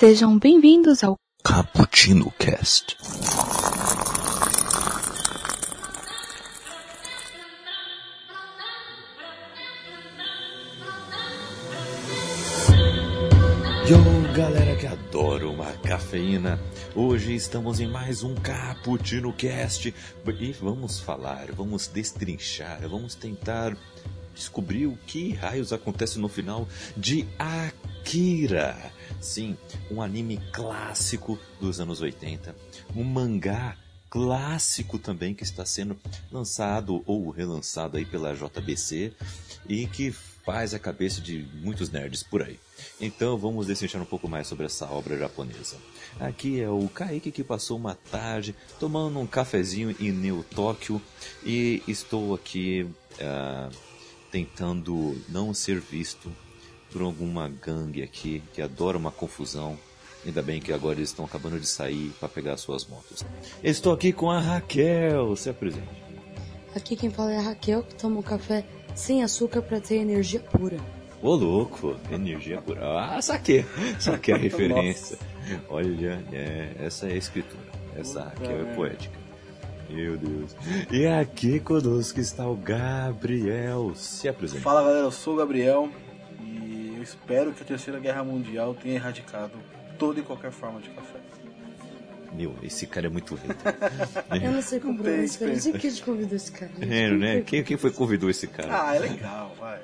Sejam bem-vindos ao Cappuccino Cast. Yo, galera que adora uma cafeína, hoje estamos em mais um Cappuccino Cast e vamos destrinchar, vamos tentar descobrir o que raios acontece no final de Akira. Sim, um anime clássico dos anos 80, um mangá clássico também que está sendo lançado ou relançado aí pela JBC e que faz a cabeça de muitos nerds por aí. Então vamos destrinchar um pouco mais sobre essa obra japonesa. Aqui é o Kaique que passou uma tarde tomando um cafezinho em Neo Tóquio e estou aqui tentando não ser visto por alguma gangue aqui que adora uma confusão. Ainda bem que agora eles estão acabando de sair para pegar suas motos. Estou aqui com a Raquel, se apresente. Aqui quem fala é a Raquel, que toma um café sem açúcar para ter energia pura. Ô louco, energia pura. Ah, saquei a referência. Olha, essa é a escritura. Essa Raquel é poética. Meu Deus. E aqui conosco está o Gabriel. Se apresente. Fala galera, eu sou o Gabriel e eu espero que a Terceira Guerra Mundial tenha erradicado toda e qualquer forma de café. Meu, esse cara é muito lindo. Eu não sei como pronunciar esse cara. Quem que a gente convidou esse cara? Né? Quem foi que convidou esse cara? Ah, é legal, vai.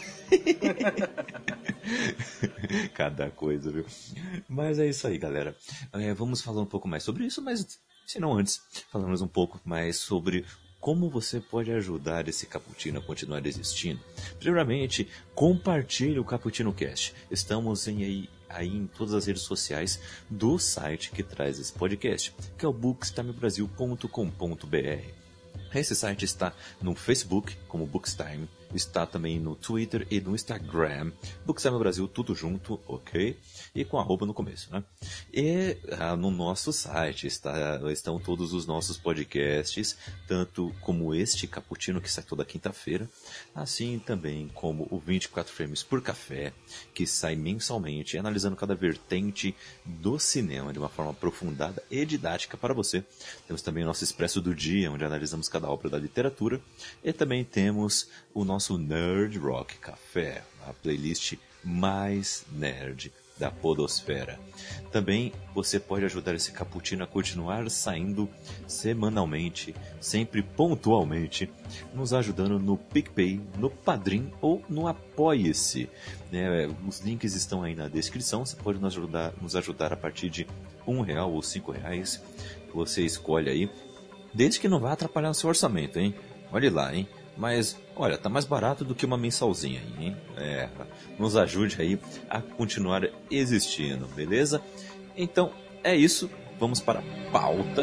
Cada coisa, viu? Mas é isso aí, galera. Vamos falar um pouco mais sobre isso, mas se não antes, falamos um pouco mais sobre como você pode ajudar esse Cappuccino a continuar existindo. Primeiramente, compartilhe o Cappuccino Cast. Estamos aí em todas as redes sociais do site que traz esse podcast, que é o bookstimebrasil.com.br. Esse site está no Facebook, como Bookstime, está também no Twitter e no Instagram, Bookstime Brasil, tudo junto, ok? E com arroba no começo, né? E no nosso site estão todos os nossos podcasts, tanto como este Cappuccino, que sai toda quinta-feira, assim também como o 24 Frames por Café, que sai mensalmente, analisando cada vertente do cinema de uma forma aprofundada e didática para você. Temos também o nosso Expresso do Dia, onde analisamos cada obra da literatura, e também temos o nosso Nerd Rock Café, a playlist mais nerd da podosfera. Também você pode ajudar esse Cappuccino a continuar saindo semanalmente, sempre pontualmente, nos ajudando no PicPay, no Padrim ou no Apoie-se. Os links estão aí na descrição, você pode nos ajudar a partir de R$1 ou R$5, você escolhe aí, desde que não vá atrapalhar o seu orçamento, hein? Olhe lá, hein? Mas, olha, tá mais barato do que uma mensalzinha aí, hein? Nos ajude aí a continuar existindo, beleza? Então, é isso. Vamos para a pauta.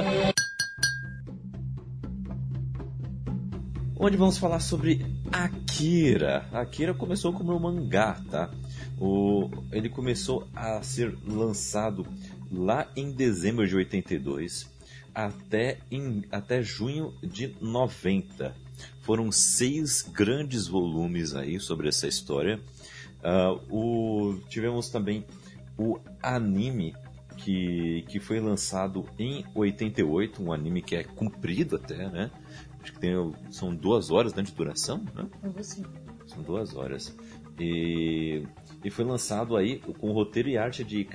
Onde vamos falar sobre Akira. Akira começou como um mangá, tá? Ele começou a ser lançado lá em dezembro de 82 até junho de 90. Foram 6 grandes volumes aí sobre essa história. Tivemos também o anime que foi lançado em 88, um anime que é comprido até, né? Acho que são 2 horas, né, de duração, né? Sim. São 2 horas. E foi lançado aí com roteiro e arte de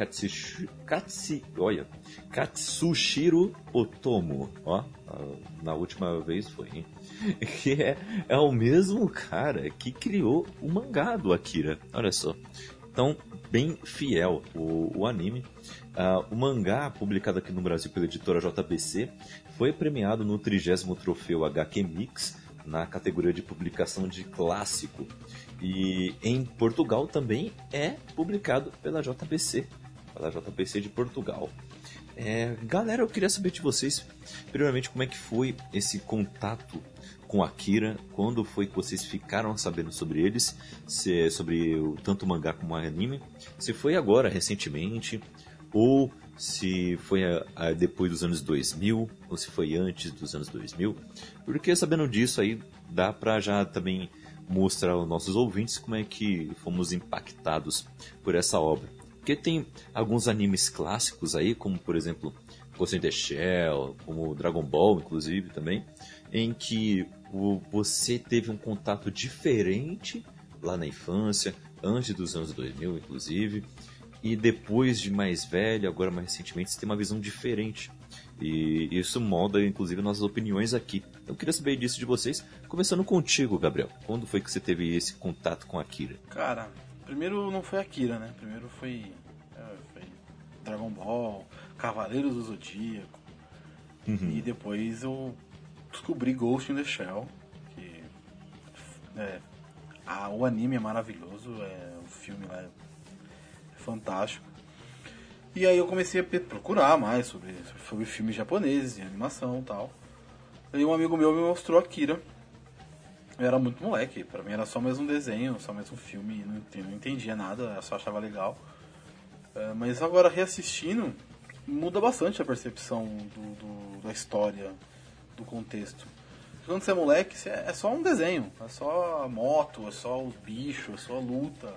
Katsushiro Otomo. Ó, na última vez foi, hein? Que é o mesmo cara que criou o mangá do Akira. Olha só. Então, bem fiel o anime. O mangá, publicado aqui no Brasil pela editora JBC, foi premiado no 30º troféu HQ Mix, na categoria de publicação de clássico. E em Portugal também é publicado pela JBC de Portugal. Galera, eu queria saber de vocês, primeiramente, como é que foi esse contato com Akira, quando foi que vocês ficaram sabendo sobre eles, sobre tanto o mangá como o anime, se foi agora, recentemente, ou se foi depois dos anos 2000, ou se foi antes dos anos 2000, porque sabendo disso aí, dá pra já também mostrar aos nossos ouvintes como é que fomos impactados por essa obra. Porque tem alguns animes clássicos aí, como por exemplo Ghost in the Shell, como Dragon Ball, inclusive, também, em que você teve um contato diferente lá na infância, antes dos anos 2000, inclusive, e depois de mais velho, agora mais recentemente, você tem uma visão diferente. E isso molda, inclusive, nossas opiniões aqui. Eu queria saber disso de vocês, começando contigo, Gabriel. Quando foi que você teve esse contato com Akira? Cara, primeiro não foi Akira, né? Primeiro foi Dragon Ball, Cavaleiros do Zodíaco. E depois eu descobri Ghost in the Shell, que o anime é maravilhoso, o filme lá é fantástico. E aí eu comecei a procurar mais sobre filmes japoneses e animação e tal. Aí um amigo meu me mostrou Akira. Eu era muito moleque, pra mim era só mais um desenho, só mais um filme, não entendia nada, eu só achava legal. Mas agora reassistindo, muda bastante a percepção da história, do contexto. Quando você é moleque, é só um desenho, é só moto, é só os bichos, é só luta.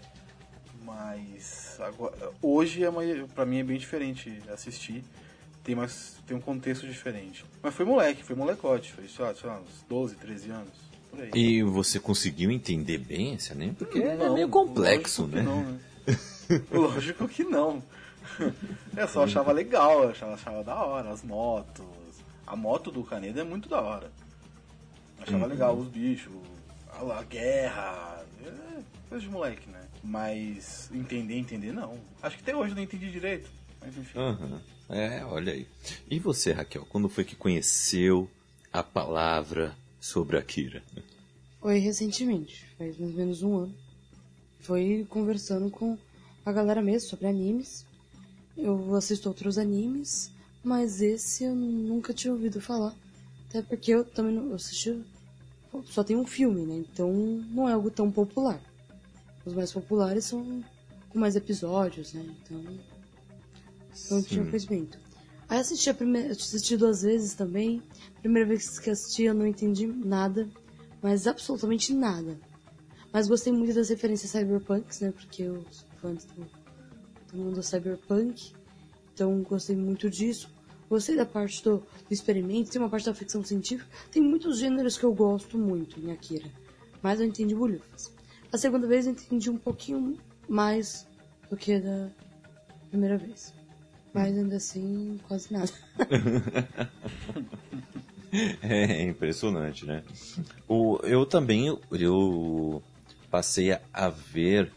Mas agora, hoje pra mim é bem diferente assistir, tem um contexto diferente. Mas foi molecote, foi sei lá, uns 12, 13 anos, por aí. E você conseguiu entender bem esse anime? Porque é meio complexo, né? Não, né? Lógico que não. Eu só achava legal, eu achava da hora, as motos. A moto do Kaneda é muito da hora. Eu achava legal os bichos, a guerra. Coisa de moleque, né? Mas entender não. Acho que até hoje eu não entendi direito. Mas enfim. Olha aí. E você, Raquel, quando foi que conheceu a palavra sobre Akira? Foi recentemente, faz mais ou menos um ano. Foi conversando com a galera mesmo sobre animes. Eu assisto outros animes, mas esse eu nunca tinha ouvido falar. Até porque eu também não assisti. Só tem um filme, né? Então não é algo tão popular. Os mais populares são com mais episódios, né? Então não tinha conhecimento. Aí assisti 2 vezes também. Primeira vez que assisti eu não entendi nada, mas absolutamente nada. Mas gostei muito das referências cyberpunks, né? Porque eu sou fã do mundo cyberpunk. Então gostei muito disso. Gostei da parte do experimento, tem uma parte da ficção científica. Tem muitos gêneros que eu gosto muito em Akira. Mas eu entendi bolhufas. A segunda vez eu entendi um pouquinho mais do que da primeira vez. Mas ainda assim, quase nada. É impressionante, né? Eu também eu passei a ver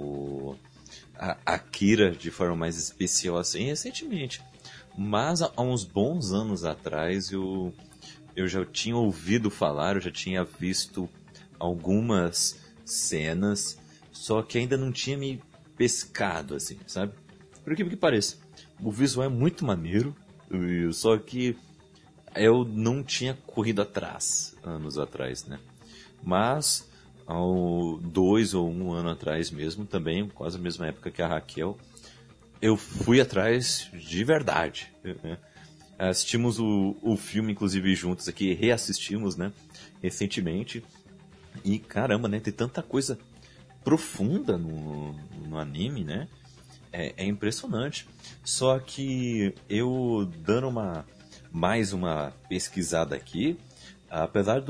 a Akira de forma mais especial assim recentemente. Mas há uns bons anos atrás eu já tinha ouvido falar, eu já tinha visto algumas cenas, só que ainda não tinha me pescado, assim, sabe? Por que pareça. O visual é muito maneiro, só que eu não tinha corrido atrás, anos atrás, né? Mas, há 2 ou 1 ano atrás mesmo, também, quase a mesma época que a Raquel, eu fui atrás de verdade. Né? Assistimos o filme, inclusive, juntos aqui, reassistimos, né? Recentemente. E caramba, né? Tem tanta coisa profunda no anime, né? É impressionante. Só que eu dando mais uma pesquisada aqui, apesar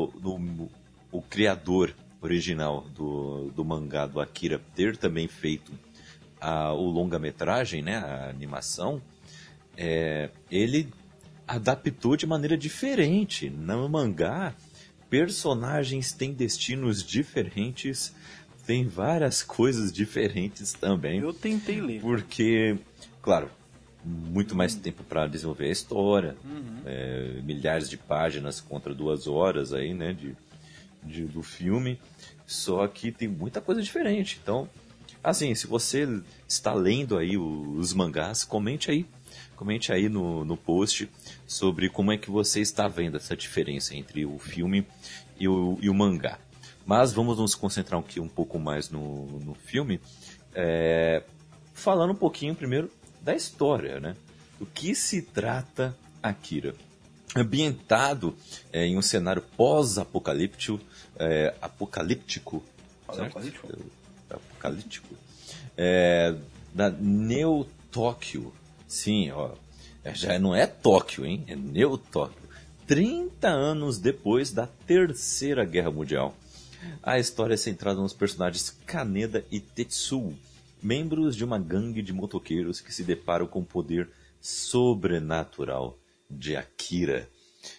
o criador original do mangá do Akira ter também feito o longa-metragem, né, a animação, ele adaptou de maneira diferente. No mangá, personagens têm destinos diferentes, tem várias coisas diferentes também. Eu tentei ler. Porque, claro, muito mais tempo para desenvolver a história, milhares de páginas contra 2 horas aí, né, do filme, só que tem muita coisa diferente. Então, assim, se você está lendo aí os mangás, comente aí no post sobre como é que você está vendo essa diferença entre o filme e o mangá. Mas vamos nos concentrar aqui um pouco mais no filme, falando um pouquinho primeiro da história, né? Do que se trata Akira? Ambientado em um cenário pós-apocalíptico, apocalíptico da Neo Tóquio. Sim, ó, já não é Tóquio, hein? É Neo Tóquio. 30 anos depois da Terceira Guerra Mundial. A história é centrada nos personagens Kaneda e Tetsuo, membros de uma gangue de motoqueiros que se deparam com o poder sobrenatural de Akira.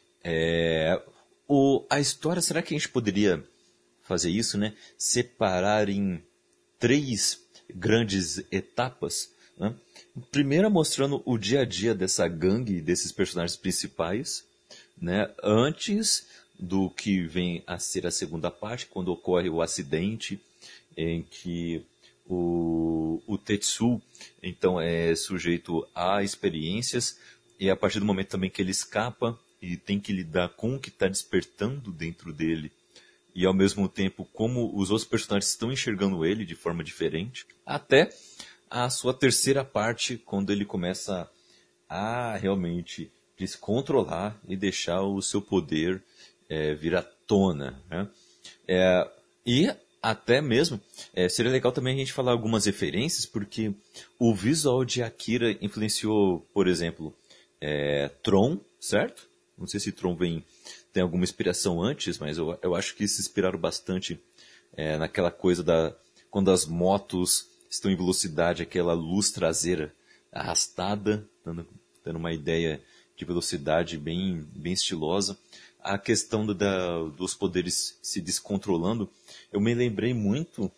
A história, será que a gente poderia fazer isso, né? Separar em 3 grandes etapas, né? Primeiro mostrando o dia a dia dessa gangue, desses personagens principais, né? Antes do que vem a ser a segunda parte, quando ocorre o acidente em que o Tetsuo então é sujeito a experiências, e a partir do momento também que ele escapa e tem que lidar com o que está despertando dentro dele, e ao mesmo tempo como os outros personagens estão enxergando ele de forma diferente, até a sua terceira parte, quando ele começa a realmente descontrolar e deixar o seu poder vir à tona, né? E até mesmo seria legal também a gente falar algumas referências, porque o visual de Akira influenciou, por exemplo, Tron, certo? Não sei se Tron tem alguma inspiração antes, mas eu acho que se inspiraram bastante naquela coisa quando as motos estão em velocidade, aquela luz traseira arrastada, dando uma ideia de velocidade bem estilosa. A questão dos poderes se descontrolando, eu me lembrei muito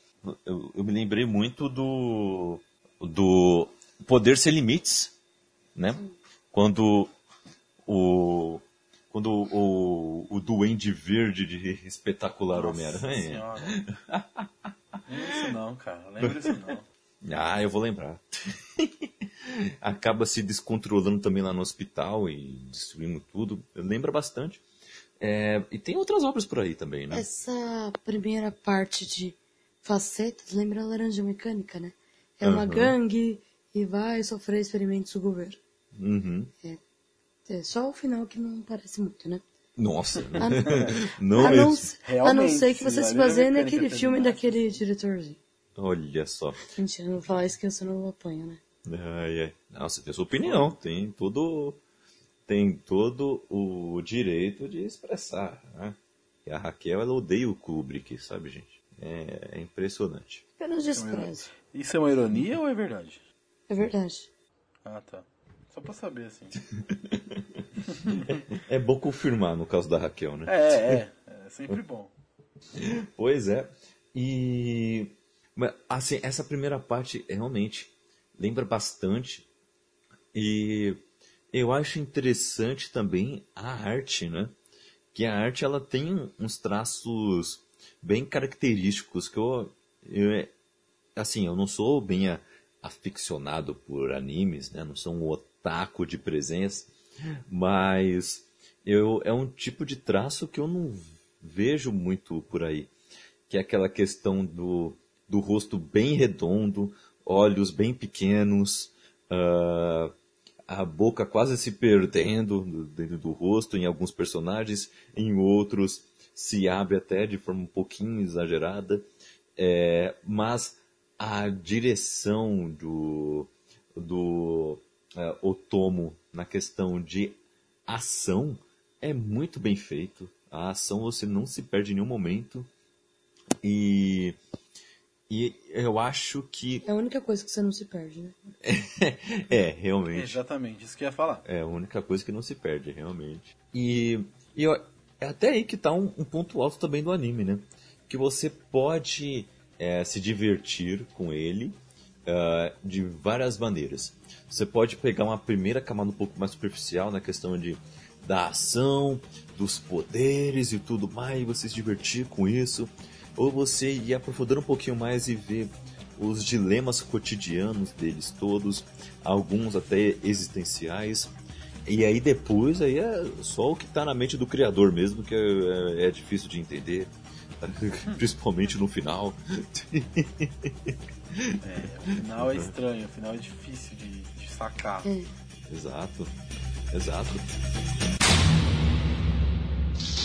do Poder Sem Limites, né? Quando o Duende Verde de Espetacular Homem-Aranha. Não lembro isso não, cara. Lembro isso não. Eu vou lembrar. Acaba se descontrolando também lá no hospital e destruindo tudo. Lembra bastante. E tem outras obras por aí também, né? Essa primeira parte de facetas lembra a Laranja Mecânica, né? É uma gangue e vai sofrer experimentos do governo. Uhum. É só o final que não parece muito, né? Nossa, A não não ser que você se baseie naquele filme daquele diretorzinho. Olha só. Mentira, não vou falar isso que você não apanha, né? Não, você tem sua opinião, tem todo o direito de expressar, né? E a Raquel, ela odeia o Kubrick, sabe, gente? É impressionante. Apenas desprezo. Isso é uma ironia ou é verdade? É verdade. Ah, tá. Só pra saber, assim. É bom confirmar no caso da Raquel, né? É sempre bom. Pois é. E assim, essa primeira parte realmente lembra bastante. E eu acho interessante também a arte, né? Que a arte, ela tem uns traços bem característicos que eu não sou bem aficionado por animes, né? Não sou um otaku de presença, mas é um tipo de traço que eu não vejo muito por aí, que é aquela questão do rosto bem redondo, olhos bem pequenos, a boca quase se perdendo dentro do rosto em alguns personagens, em outros se abre até de forma um pouquinho exagerada, mas a direção do Otomo na questão de ação é muito bem feito. A ação você não se perde em nenhum momento. E eu acho que... É a única coisa que você não se perde, né? Realmente. Exatamente, isso que eu ia falar. É a única coisa que não se perde, realmente. É até aí que tá um ponto alto também do anime, né? Que você pode se divertir com ele de várias maneiras. Você pode pegar uma primeira camada um pouco mais superficial na questão da ação, dos poderes e tudo mais, e você se divertir com isso. Ou você ir aprofundando um pouquinho mais e ver os dilemas cotidianos deles todos, alguns até existenciais. E aí depois é só o que está na mente do criador mesmo, que é difícil de entender, principalmente no final. O final é estranho, o final é difícil de sacar. Exato.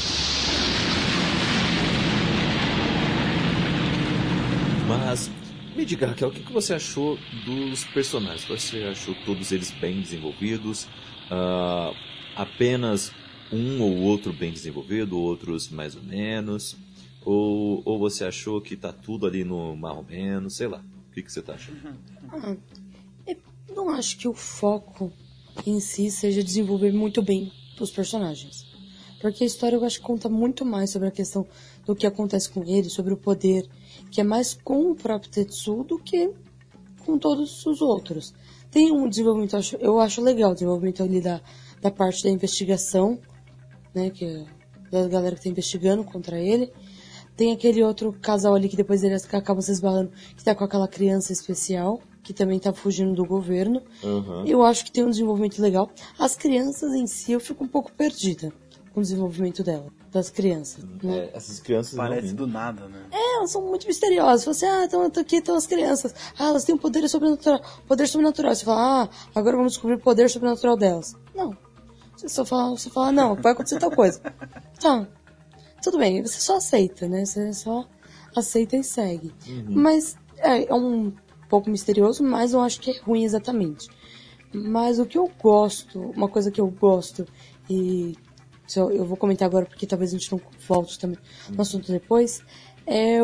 Mas Me diga, Raquel, o que você achou dos personagens? Você achou todos eles bem desenvolvidos? Ah, apenas um ou outro bem desenvolvido, outros mais ou menos? Ou você achou que tá tudo ali no mais ou menos? Sei lá. O que você tá achando? Eu não acho que o foco em si seja desenvolver muito bem os personagens. Porque a história eu acho que conta muito mais sobre a questão do que acontece com ele, sobre o poder, que é mais com o próprio Tetsuo do que com todos os outros. Tem um desenvolvimento, eu acho legal o desenvolvimento ali da parte da investigação, né, que é da galera que tá investigando contra ele. Tem aquele outro casal ali que depois eles acabam se esbarrando, que tá com aquela criança especial, que também tá fugindo do governo. Eu acho que tem um desenvolvimento legal. As crianças em si, eu fico um pouco perdida com o desenvolvimento das crianças. Né? Essas crianças Parece realmente... do nada, né? Elas são muito misteriosas. Você fala assim, aqui estão as crianças. Elas têm um poder sobrenatural. Você fala, agora vamos descobrir o poder sobrenatural delas. Não. Você fala, não, vai acontecer tal coisa. Tá. Tudo bem, você só aceita, né? Você só aceita e segue. Mas é um pouco misterioso, mas eu acho que é ruim exatamente. Mas o que eu gosto, uma coisa que eu gosto, e eu vou comentar agora porque talvez a gente não volte também no assunto depois, é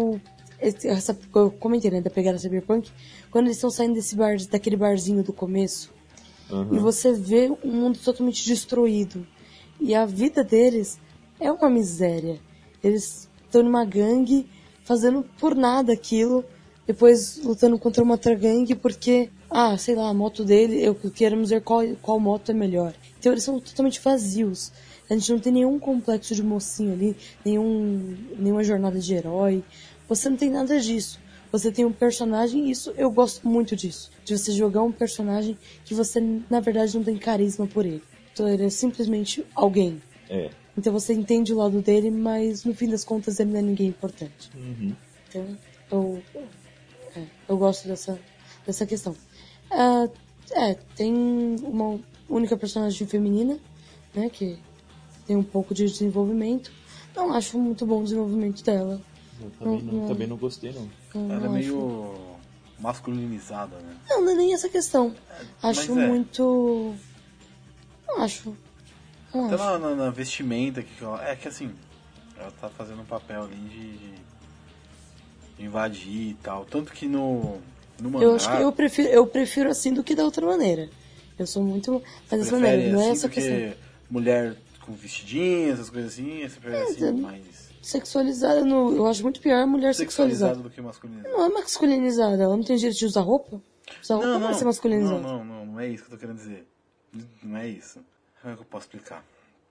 eu comentei, né, da pegada cyberpunk, quando eles estão saindo daquele barzinho do começo, e você vê um mundo totalmente destruído, e a vida deles é uma miséria. Eles estão numa gangue, fazendo por nada aquilo, depois lutando contra uma outra gangue porque, sei lá, a moto dele, eu queremos ver qual moto é melhor. Então eles são totalmente vazios. A gente não tem nenhum complexo de mocinho ali, nenhuma jornada de herói. Você não tem nada disso. Você tem um personagem, e isso eu gosto muito disso. De você jogar um personagem que você, na verdade, não tem carisma por ele. Então ele é simplesmente alguém. Então você entende o lado dele, mas no fim das contas ele não é ninguém importante. Então eu gosto dessa questão. Tem uma única personagem feminina, né, que tem um pouco de desenvolvimento. Não acho muito bom o desenvolvimento dela. Também não gostei, não. Ela é meio masculinizada, né? Não é nem essa questão. Acho muito... Não acho. Até na vestimenta que ela... É que assim, ela tá fazendo um papel ali de invadir e tal. Tanto que no mangá... Eu acho que eu prefiro assim do que da outra maneira. Eu sou muito mais dessa maneira, não é essa questão. Mulher com vestidinhos, essas coisas assim, você prefere assim, mais... Sexualizada, eu acho muito pior a mulher sexualizada. do que masculinizada. Não é masculinizada, ela não tem direito de usar roupa? Usar roupa não vai ser masculinizada. Não é isso que eu tô querendo dizer. Não é isso. Como é que eu posso explicar?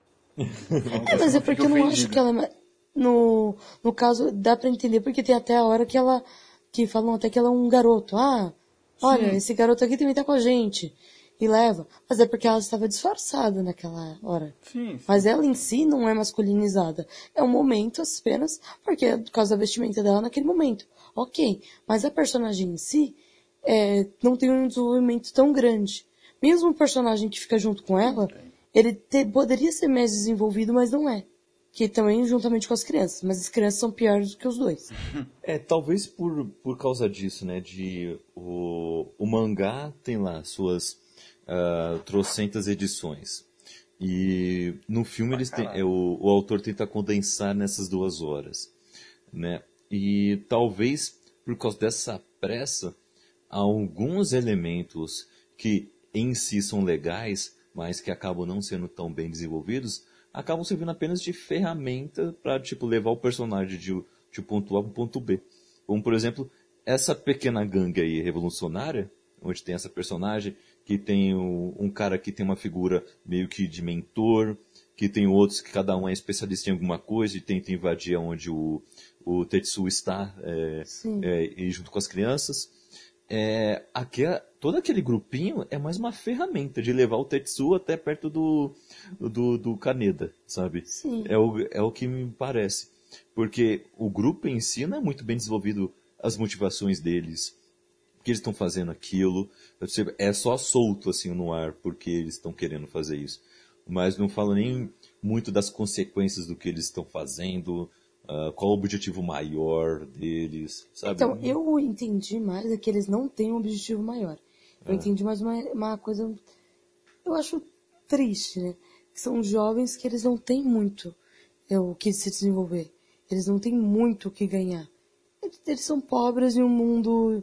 Mas é porque eu não acho que ela é... No caso, dá pra entender, porque tem até a hora que falam até que ela é um garoto. Olha, esse garoto aqui também tá com a gente. E leva. Mas é porque ela estava disfarçada naquela hora. Sim. Mas ela em si não é masculinizada. É um momento apenas, porque é por causa da vestimenta dela naquele momento. Ok. Mas a personagem em si não tem um desenvolvimento tão grande. Mesmo o personagem que fica junto com ela, ele poderia ser mais desenvolvido, mas não é. Que também juntamente com as crianças. Mas as crianças são piores do que os dois. Talvez por causa disso, né? O mangá tem lá suas trocentas edições. E no filme o autor tenta condensar nessas 2 horas. Né? E talvez por causa dessa pressa, alguns elementos que em si são legais, mas que acabam não sendo tão bem desenvolvidos, acabam servindo apenas de ferramenta para levar o personagem de ponto A para o ponto B. Como, por exemplo, essa pequena gangue aí revolucionária, onde tem essa personagem, que tem um cara que tem uma figura meio que de mentor, que tem outros que cada um é especialista em alguma coisa e tenta invadir onde o Tetsuo está, e junto com as crianças. Todo aquele grupinho é mais uma ferramenta de levar o Tetsuo até perto do Kaneda, sabe? Sim. É o que me parece. Porque o grupo em si não é muito bem desenvolvido, as motivações deles, porque eles estão fazendo aquilo. É só solto assim no ar porque eles estão querendo fazer isso. Mas não fala nem muito das consequências do que eles estão fazendo. qual o objetivo maior deles, sabe? Então, eu entendi mais é que eles não têm um objetivo maior. Eu entendi mais uma coisa, eu acho triste, né? Que são jovens que eles não têm muito o que se desenvolver. Eles não têm muito o que ganhar. Eles são pobres em um mundo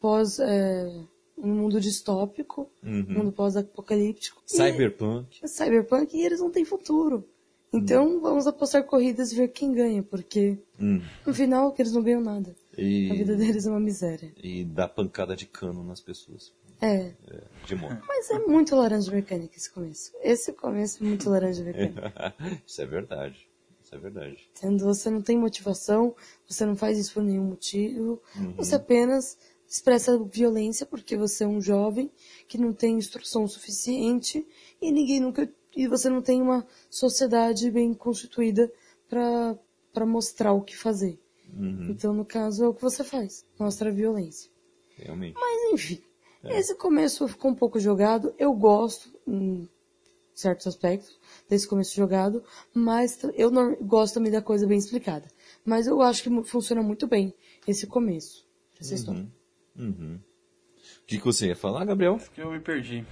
um mundo distópico, um mundo pós-apocalíptico. Cyberpunk, e eles não têm futuro. Então, vamos apostar corridas e ver quem ganha, porque no final eles não ganham nada. A vida deles é uma miséria. E dá pancada de cano nas pessoas. De moto. Mas é muito laranja mecânica esse começo. Esse começo é muito laranja mecânica. Isso é verdade. Isso é verdade. Você não tem motivação, você não faz isso por nenhum motivo, você apenas expressa violência porque você é um jovem que não tem instrução suficiente e você não tem uma sociedade bem constituída para mostrar o que fazer. Então, no caso, é o que você faz. Mostra a violência. Realmente. Mas, enfim. Esse começo ficou um pouco jogado. Eu gosto, em certos aspectos, desse começo jogado. Mas eu não gosto também da coisa bem explicada. Mas eu acho que funciona muito bem esse começo. Essa história. O que você ia falar, Gabriel? Acho que eu me perdi.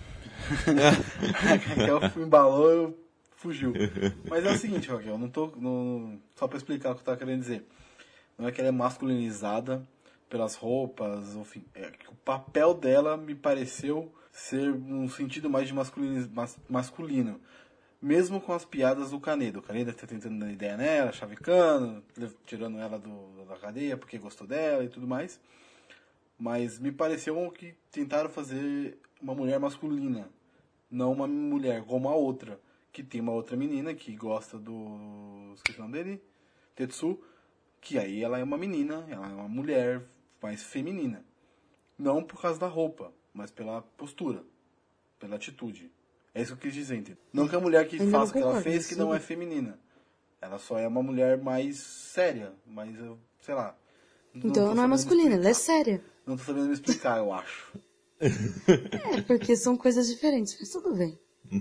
Raquel embalou, fugiu. Mas é o seguinte, Raquel, só pra explicar o que eu tava querendo dizer. Não é que ela é masculinizada pelas roupas, enfim, o papel dela me pareceu ser um sentido mais de masculino. Mesmo com as piadas do Kaneda. O Kaneda tá tentando dar ideia nela, chavecando, tirando ela da cadeia porque gostou dela e tudo mais. Mas me pareceu que tentaram fazer uma mulher masculina, não uma mulher como a outra, que tem uma outra menina que gosta esqueci o nome dele, Tetsu, que aí ela é uma menina, ela é uma mulher mais feminina. Não por causa da roupa, mas pela postura, pela atitude. É isso que eu quis dizer, entendeu? Não que a mulher que faça o que ela fez que não é feminina. Ela só é uma mulher mais séria, mais, sei lá. Então não é masculina, ela é séria. Não tô sabendo me explicar, eu acho. Porque são coisas diferentes, mas tudo bem.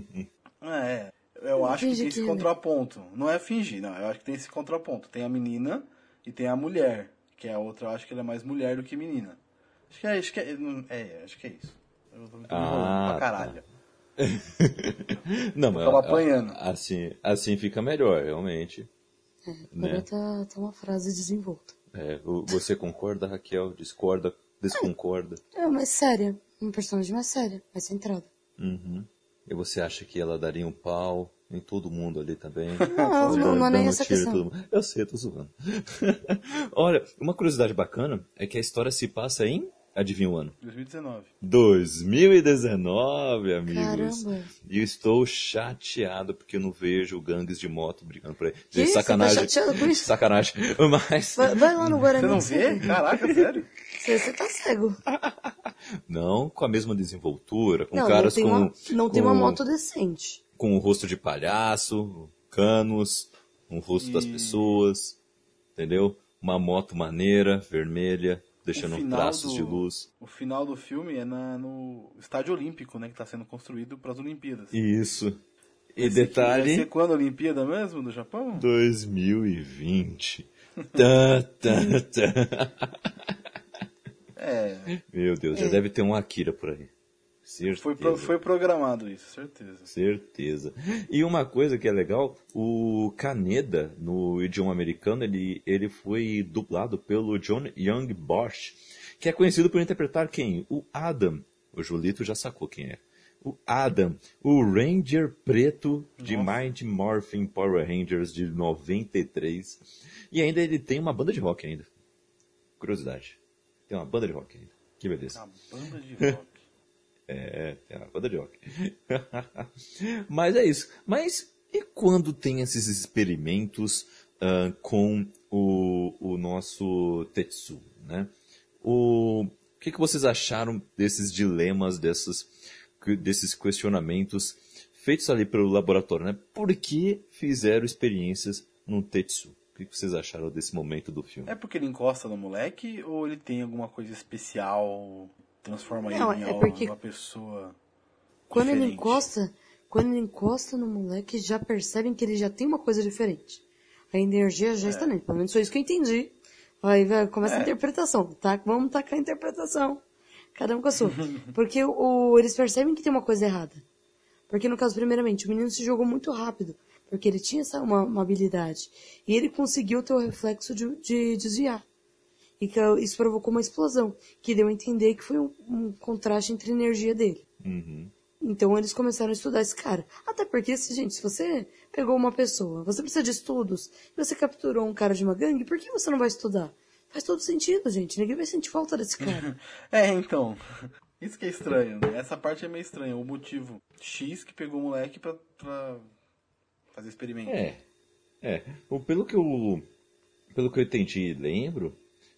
Eu acho que tem esse contraponto. Não é fingir, não. Eu acho que tem esse contraponto. Tem a menina e tem a mulher. Que é a outra, eu acho que ela é mais mulher do que menina. Acho que é isso. Eu tô me enrolando pra caralho. Não, mas tava apanhando. Assim fica melhor, realmente. Agora tá uma frase desenvolta. Você concorda, Raquel? Discorda? Desconcorda? É mais séria. Uma personagem mais séria, mais centrada. E você acha que ela daria um pau em todo mundo ali também? Não é nem essa questão. Eu sei, tô zoando. Olha, uma curiosidade bacana é que a história se passa em... Adivinha o ano? 2019, amigos. Caramba. E eu estou chateado porque eu não vejo gangues de moto brigando por aí. Que sacanagem. Você tá chateado com isso? Sacanagem. Mas... Vai lá no Guarani. Você não vê? Caraca, sério? Você tá cego. Não com a mesma desenvoltura, com caras não tem uma moto decente. Com o rosto de palhaço, canos, um rosto das pessoas, entendeu? Uma moto maneira, vermelha, deixando traços de luz. O final do filme é no Estádio Olímpico, né, que está sendo construído para as Olimpíadas. Isso. E detalhe... Vai ser quando a Olimpíada mesmo, do Japão? 2020. Meu Deus, já deve ter um Akira por aí. Certeza. Foi programado isso, certeza. Certeza. E uma coisa que é legal, o Kaneda, no idioma americano, ele foi dublado pelo John Young Bosch, que é conhecido por interpretar quem? O Adam. O Julito já sacou quem é. O Adam, o Ranger preto de Mighty Morphin Power Rangers de 93. E ainda ele tem uma banda de rock ainda. Curiosidade. Tem uma banda de rock ainda. Que beleza. Uma banda de rock. É uma banda de rock. Mas é isso. Mas e quando tem esses experimentos com o nosso Tetsu, né? O que vocês acharam desses dilemas, desses questionamentos feitos ali pelo laboratório, né? Por que fizeram experiências no Tetsu? O que vocês acharam desse momento do filme? É porque ele encosta no moleque ou ele tem alguma coisa especial... Transforma ele em uma pessoa quando diferente. Quando ele encosta no moleque, já percebem que ele já tem uma coisa diferente. A energia já está nele. Pelo menos foi isso que eu entendi. Aí começa a interpretação, tá? Vamos tacar a interpretação. Cada um com a sua. Porque eles percebem que tem uma coisa errada. Porque no caso, primeiramente, o menino se jogou muito rápido. Porque ele tinha uma habilidade. E ele conseguiu ter o reflexo de desviar. E que isso provocou uma explosão. Que deu a entender que foi um contraste entre a energia dele. Uhum. Então eles começaram a estudar esse cara. Até porque, gente, se você pegou uma pessoa, você precisa de estudos, e você capturou um cara de uma gangue, por que você não vai estudar? Faz todo sentido, gente. Ninguém vai sentir falta desse cara. Então. Isso que é estranho, né? Essa parte é meio estranha. O motivo X que pegou o moleque pra fazer experimento. Pelo que eu entendi e lembro,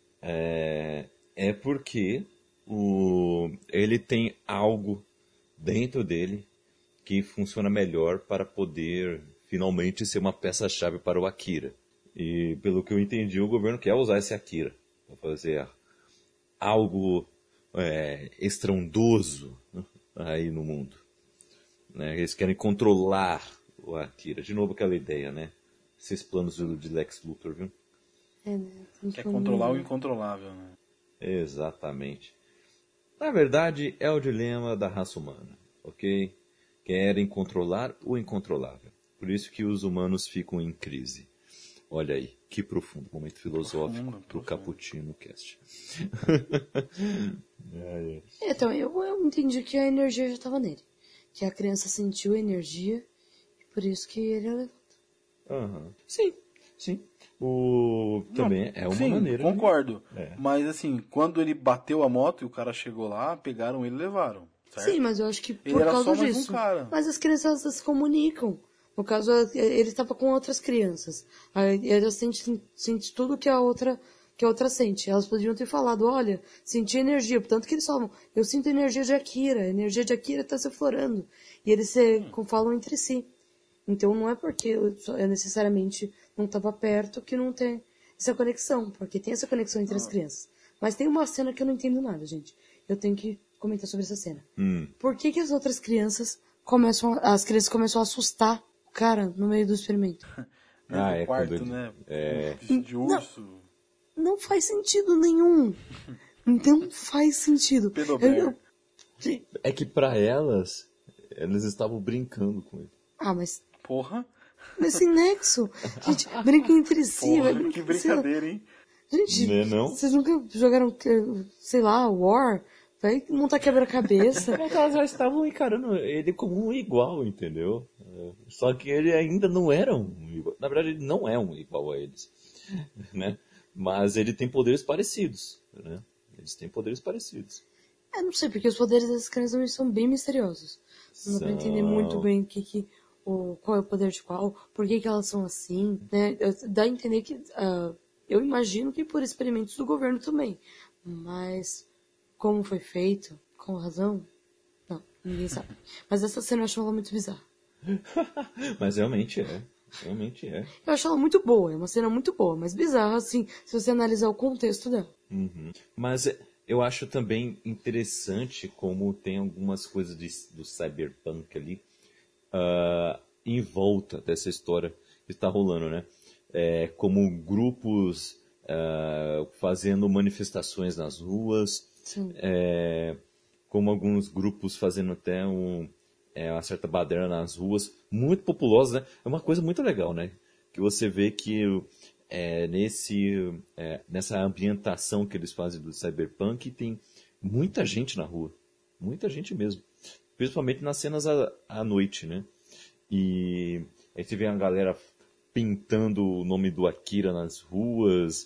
é porque ele tem algo dentro dele que funciona melhor para poder finalmente ser uma peça-chave para o Akira. E pelo que eu entendi, o governo quer usar esse Akira para fazer algo estrondoso aí no mundo. Né? Eles querem controlar o Akira. De novo aquela ideia, né? Esses planos de Lex Luthor, viu? Né? Quer controlar o incontrolável, né? Exatamente. Na verdade, é o dilema da raça humana, ok? Querem controlar o incontrolável. Por isso que os humanos ficam em crise. Olha aí, que profundo. Momento filosófico pro Cappuccino Cast. Então, eu entendi que a energia já estava nele. Que a criança sentiu a energia e por isso que ele é levado. Uhum. Sim. Também é uma sim, maneira. Concordo. Mas assim, quando ele bateu a moto e o cara chegou lá, pegaram ele e levaram. Certo? Sim, mas eu acho que ele por era causa só mais disso. Um cara. Mas as crianças se comunicam. No caso, ele estava com outras crianças. Aí ela sente tudo que a outra sente. Elas podiam ter falado, olha, senti energia. Portanto que eles falam, eu sinto energia de Akira. A energia de Akira está se aflorando. E eles falam entre si. Então não é porque eu necessariamente não estava perto que não tem essa conexão. Porque tem essa conexão entre as crianças. Mas tem uma cena que eu não entendo nada, gente. Eu tenho que comentar sobre essa cena. Por que as outras crianças começam a assustar o cara no meio do experimento? No quarto, né? De urso. Não faz sentido nenhum. Não faz sentido. É que pra elas estavam brincando com ele. Mas... Porra. Mas sem nexo. Gente, brinca entre si. Porra, que brincadeira, hein? Gente, não? Vocês nunca jogaram, sei lá, War? Vai montar quebra-cabeça. Elas já estavam encarando ele como um igual, entendeu? Só que ele ainda não era um igual. Na verdade, ele não é um igual a eles. Né? Mas ele tem poderes parecidos. Né? Eles têm poderes parecidos. Não sei, porque os poderes dessas crianças são bem misteriosos. Não dá pra entender muito bem qual é o poder de qual, por que elas são assim, né? Dá a entender que... eu imagino que por experimentos do governo também. Mas... como foi feito? Com razão? Não, ninguém sabe. Mas essa cena eu acho ela muito bizarra. Mas realmente é. Realmente é. Eu acho ela muito boa, é uma cena muito boa, mas bizarra, assim, se você analisar o contexto dela. Uhum. Mas eu acho também interessante como tem algumas coisas do cyberpunk ali em volta dessa história que está rolando, né? Como grupos fazendo manifestações nas ruas, como alguns grupos fazendo até uma certa baderna nas ruas, muito populosa, né? É uma coisa muito legal, né? Que você vê que nessa ambientação que eles fazem do cyberpunk tem muita gente na rua, muita gente mesmo, principalmente nas cenas à noite, né? E aí você vê a galera pintando o nome do Akira nas ruas.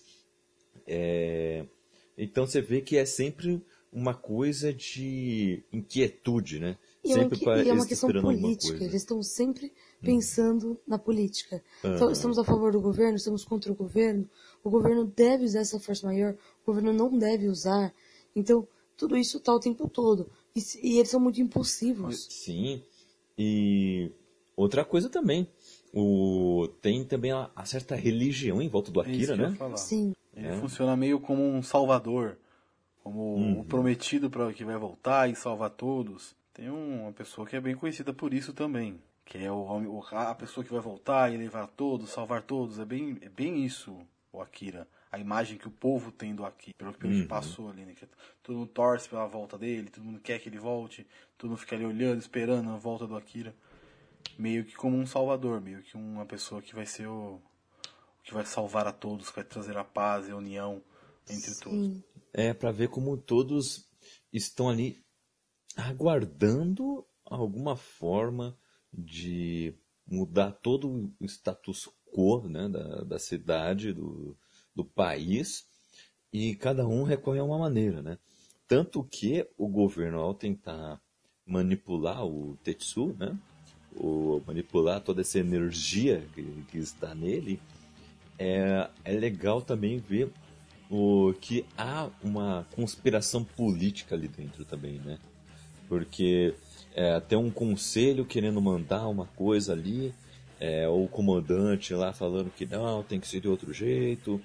Então você vê que é sempre uma coisa de inquietude, né? E é uma questão política. Eles estão sempre pensando na política. Então, estamos a favor do governo, estamos contra o governo. O governo deve usar essa força maior, o governo não deve usar. Então, tudo isso está o tempo todo. E eles são muito impulsivos. Sim. E outra coisa também. Tem também a certa religião em volta do Akira, né? Sim. Ele funciona meio como um salvador. Como o prometido para que vai voltar e salvar todos. Tem uma pessoa que é bem conhecida por isso também. Que é a pessoa que vai voltar e levar todos, salvar todos. É bem isso, o Akira. A imagem que o povo tem do Akira. Pelo que passou ali, né? Que todo mundo torce pela volta dele, todo mundo quer que ele volte, todo mundo fica ali olhando, esperando a volta do Akira. Meio que como um salvador, meio que uma pessoa que vai ser que vai salvar a todos, que vai trazer a paz e a união entre todos. É, pra ver como todos estão ali aguardando alguma forma de mudar todo o status quo, né, da cidade, do país, e cada um recorre a uma maneira, né? Tanto que o governo, ao tentar manipular o Tetsu, né, ou manipular toda essa energia que está nele, é legal também ver que há uma conspiração política ali dentro também, né? Porque tem um conselho querendo mandar uma coisa ali, o comandante lá falando que não, tem que ser de outro jeito,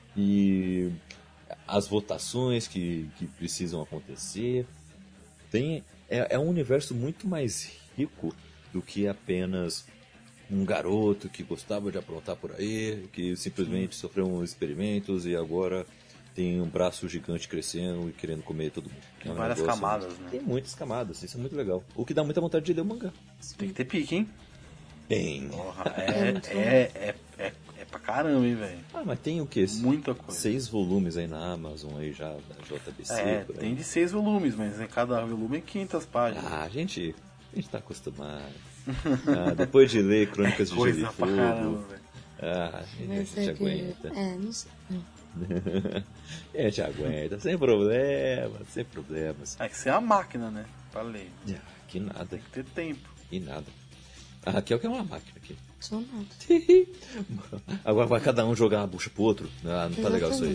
e as votações que precisam acontecer. É um universo muito mais rico do que apenas um garoto que gostava de aprontar por aí, que simplesmente sofreu uns experimentos e agora tem um braço gigante crescendo e querendo comer todo mundo. Tem várias camadas, né? Tem muitas camadas, isso é muito legal. O que dá muita vontade de ler o mangá. Tem que ter pique, hein? Tem. Porra, é pra caramba, hein, velho? Ah, mas tem o quê? Muita coisa. 6 volumes aí na Amazon, aí já, da JBC. Tem de 6 volumes, mas cada volume é 500 páginas. Ah, a gente tá acostumado. Depois de ler Crônicas de Gelo e Fogo, caramba, a gente aguenta. Não sei. A gente aguenta, sem problemas. É que você é uma máquina, né? Pra ler. Que nada. Tem que ter tempo. E nada. A Raquel que é uma máquina aqui. Sou nada. Agora vai cada um jogar uma bucha pro outro. Não tá legal isso aí.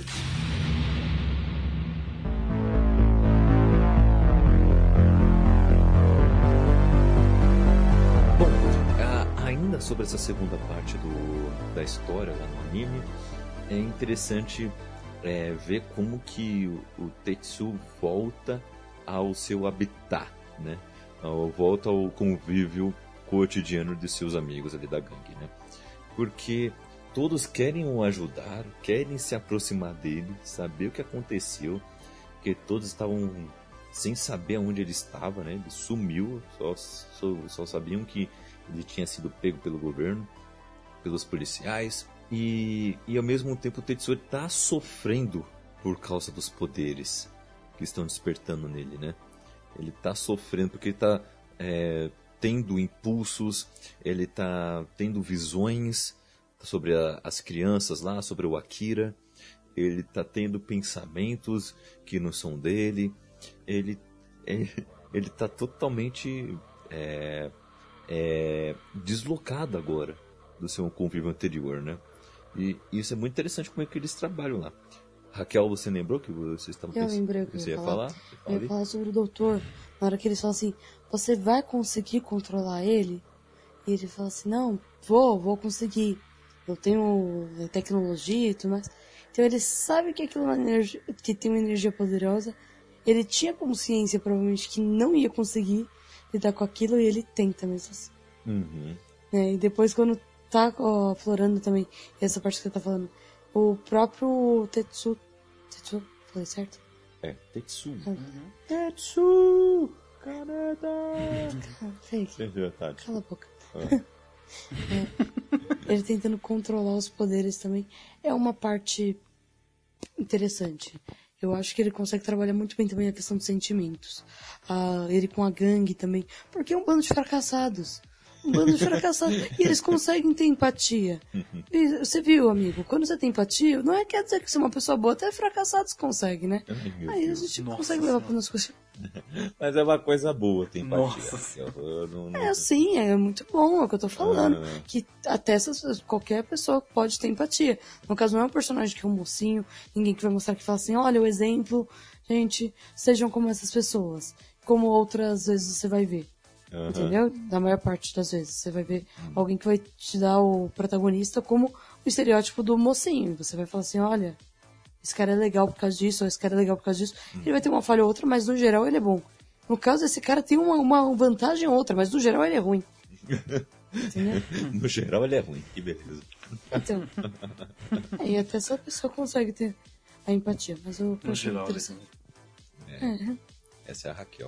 Bom, ainda sobre essa segunda parte da história lá no anime, é interessante ver como que o Tetsu volta ao seu habitat, né? Volta ao convívio cotidiano de seus amigos ali da gangue, né? Porque todos querem o ajudar, querem se aproximar dele, saber o que aconteceu, porque todos estavam sem saber aonde ele estava, né? Ele sumiu, só sabiam que ele tinha sido pego pelo governo, pelos policiais, e ao mesmo tempo o Tetsuo está sofrendo por causa dos poderes que estão despertando nele, né? Ele está sofrendo porque ele está tendo impulsos, ele está tendo visões sobre as crianças lá, sobre o Akira, ele está tendo pensamentos que não são dele, ele está totalmente deslocado agora do seu convívio anterior, né? E isso é muito interessante como é que eles trabalham lá. Raquel, você lembrou que você estava pensando? Eu lembrei o que você ia falar? Eu ia falar sobre o doutor. Na hora que eles falam assim, você vai conseguir controlar ele? E ele fala assim, não, vou conseguir. Eu tenho tecnologia e tudo mais. Então ele sabe que aquilo é uma energia, que tem uma energia poderosa. Ele tinha consciência, provavelmente, que não ia conseguir lidar com aquilo, e ele tenta mesmo assim. Uhum. E depois, quando tá aflorando também, essa parte que você tá falando, o próprio Tetsu, falei certo? Tetsu. Uhum. Tetsu! Caneta! Cala a boca. Ele tentando controlar os poderes também é uma parte interessante. Eu acho que ele consegue trabalhar muito bem também a questão dos sentimentos. Ele com a gangue também. Porque é um bando de fracassados. E eles conseguem ter empatia. E você viu, amigo, quando você tem empatia, não quer dizer que você é uma pessoa boa, até fracassados conseguem, né? Aí a gente consegue levar para nossa coisa. Mas é uma coisa boa ter empatia. Sim, é muito bom, é o que eu tô falando. Que até qualquer pessoa pode ter empatia. No caso, não é um personagem que é um mocinho, ninguém que vai mostrar que fala assim, olha o exemplo, gente, sejam como essas pessoas. Como outras vezes você vai ver. Entendeu? Da maior parte das vezes. Você vai ver alguém que vai te dar o protagonista como o estereótipo do mocinho. Você vai falar assim, olha, esse cara é legal por causa disso, ou esse cara é legal por causa disso. Ele vai ter uma falha ou outra, mas no geral ele é bom. No caso, esse cara tem uma vantagem ou outra, mas no geral ele é ruim. Entendeu? No geral ele é ruim, que beleza. Então, aí até essa pessoa consegue ter a empatia, mas eu No achei geral, interessante. Essa é a Raquel.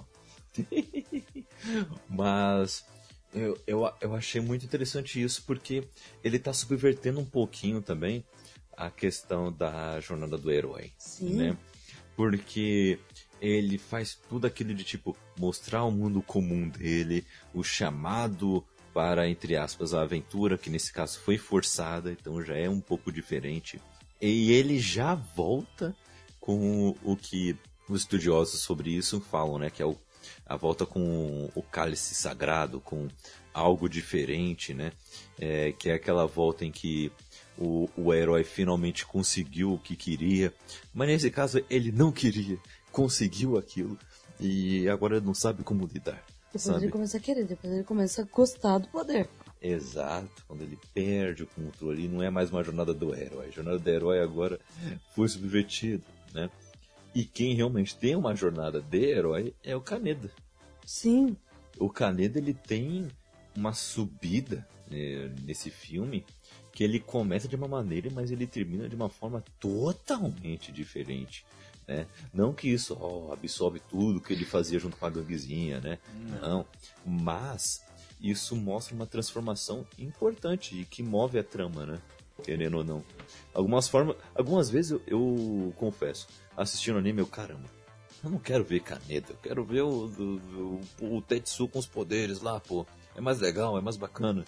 Mas eu achei muito interessante isso, porque ele tá subvertendo um pouquinho também a questão da jornada do herói. Sim. Né? Porque ele faz tudo aquilo de tipo mostrar o mundo comum dele, o chamado para, entre aspas, a aventura, que nesse caso foi forçada, então já é um pouco diferente. E ele já volta com o que os estudiosos sobre isso falam, né? Que é a volta com o cálice sagrado, com algo diferente, né? Que é aquela volta em que o herói finalmente conseguiu o que queria, mas nesse caso ele não queria, conseguiu aquilo e agora não sabe como lidar. Depois sabe? ele começa a querer, depois ele começa a gostar do poder. Exato, quando ele perde o controle, não é mais uma jornada do herói. A jornada do herói agora foi subvertida, né? E quem realmente tem uma jornada de herói é o Kaneda. Sim. O Kaneda, ele tem uma subida, né, nesse filme, que ele começa de uma maneira, mas ele termina de uma forma totalmente diferente. Né? Não que isso absolve tudo que ele fazia junto com a ganguezinha, né? Não. Mas isso mostra uma transformação importante e que move a trama, né? Querendo ou não. Algumas vezes eu confesso, assistindo anime, caramba, eu não quero ver Kaneda, eu quero ver o Tetsu com os poderes lá, pô. É mais legal, é mais bacana.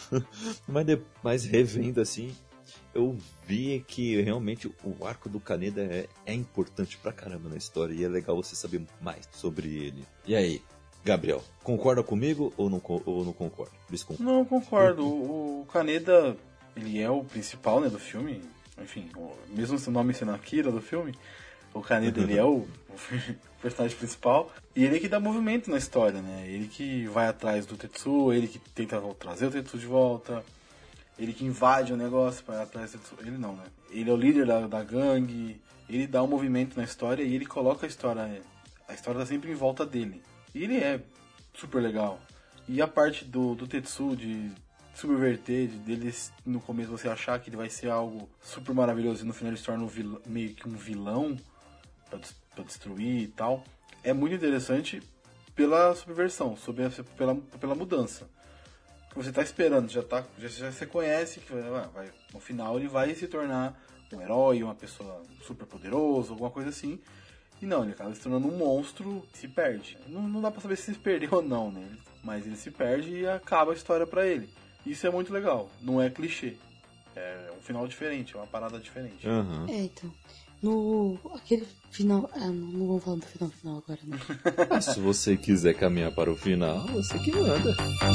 mas revendo assim, eu vi que realmente o arco do Kaneda é importante pra caramba na história e é legal você saber mais sobre ele. E aí, Gabriel, concorda comigo ou não concorda? Não, concordo. O Kaneda, ele é o principal, né, do filme. Enfim, mesmo seu nome sendo Akira do filme, o Kaneda ele é o personagem principal. E ele que dá movimento na história, né? Ele que vai atrás do Tetsu, ele que tenta trazer o Tetsu de volta. Ele que invade o negócio para atrás do Tetsu. Ele não, né? Ele é o líder da gangue. Ele dá um movimento na história e ele coloca a história. A história tá sempre em volta dele. E ele é super legal. E a parte do Tetsu de subverter, dele no começo você achar que ele vai ser algo super maravilhoso e no final ele se torna meio que um vilão pra destruir e tal, é muito interessante pela subversão, pela mudança. Que você tá esperando, já você conhece que no final ele vai se tornar um herói, uma pessoa super poderosa, alguma coisa assim. E não, ele acaba se tornando um monstro que se perde. Não dá pra saber se se perdeu ou não, né? Mas ele se perde e acaba a história pra ele. Isso é muito legal, não é clichê. É um final diferente, é uma parada diferente. Uhum. Então, aquele final... não vamos falar do final agora, né? Se você quiser caminhar para o final, você que manda.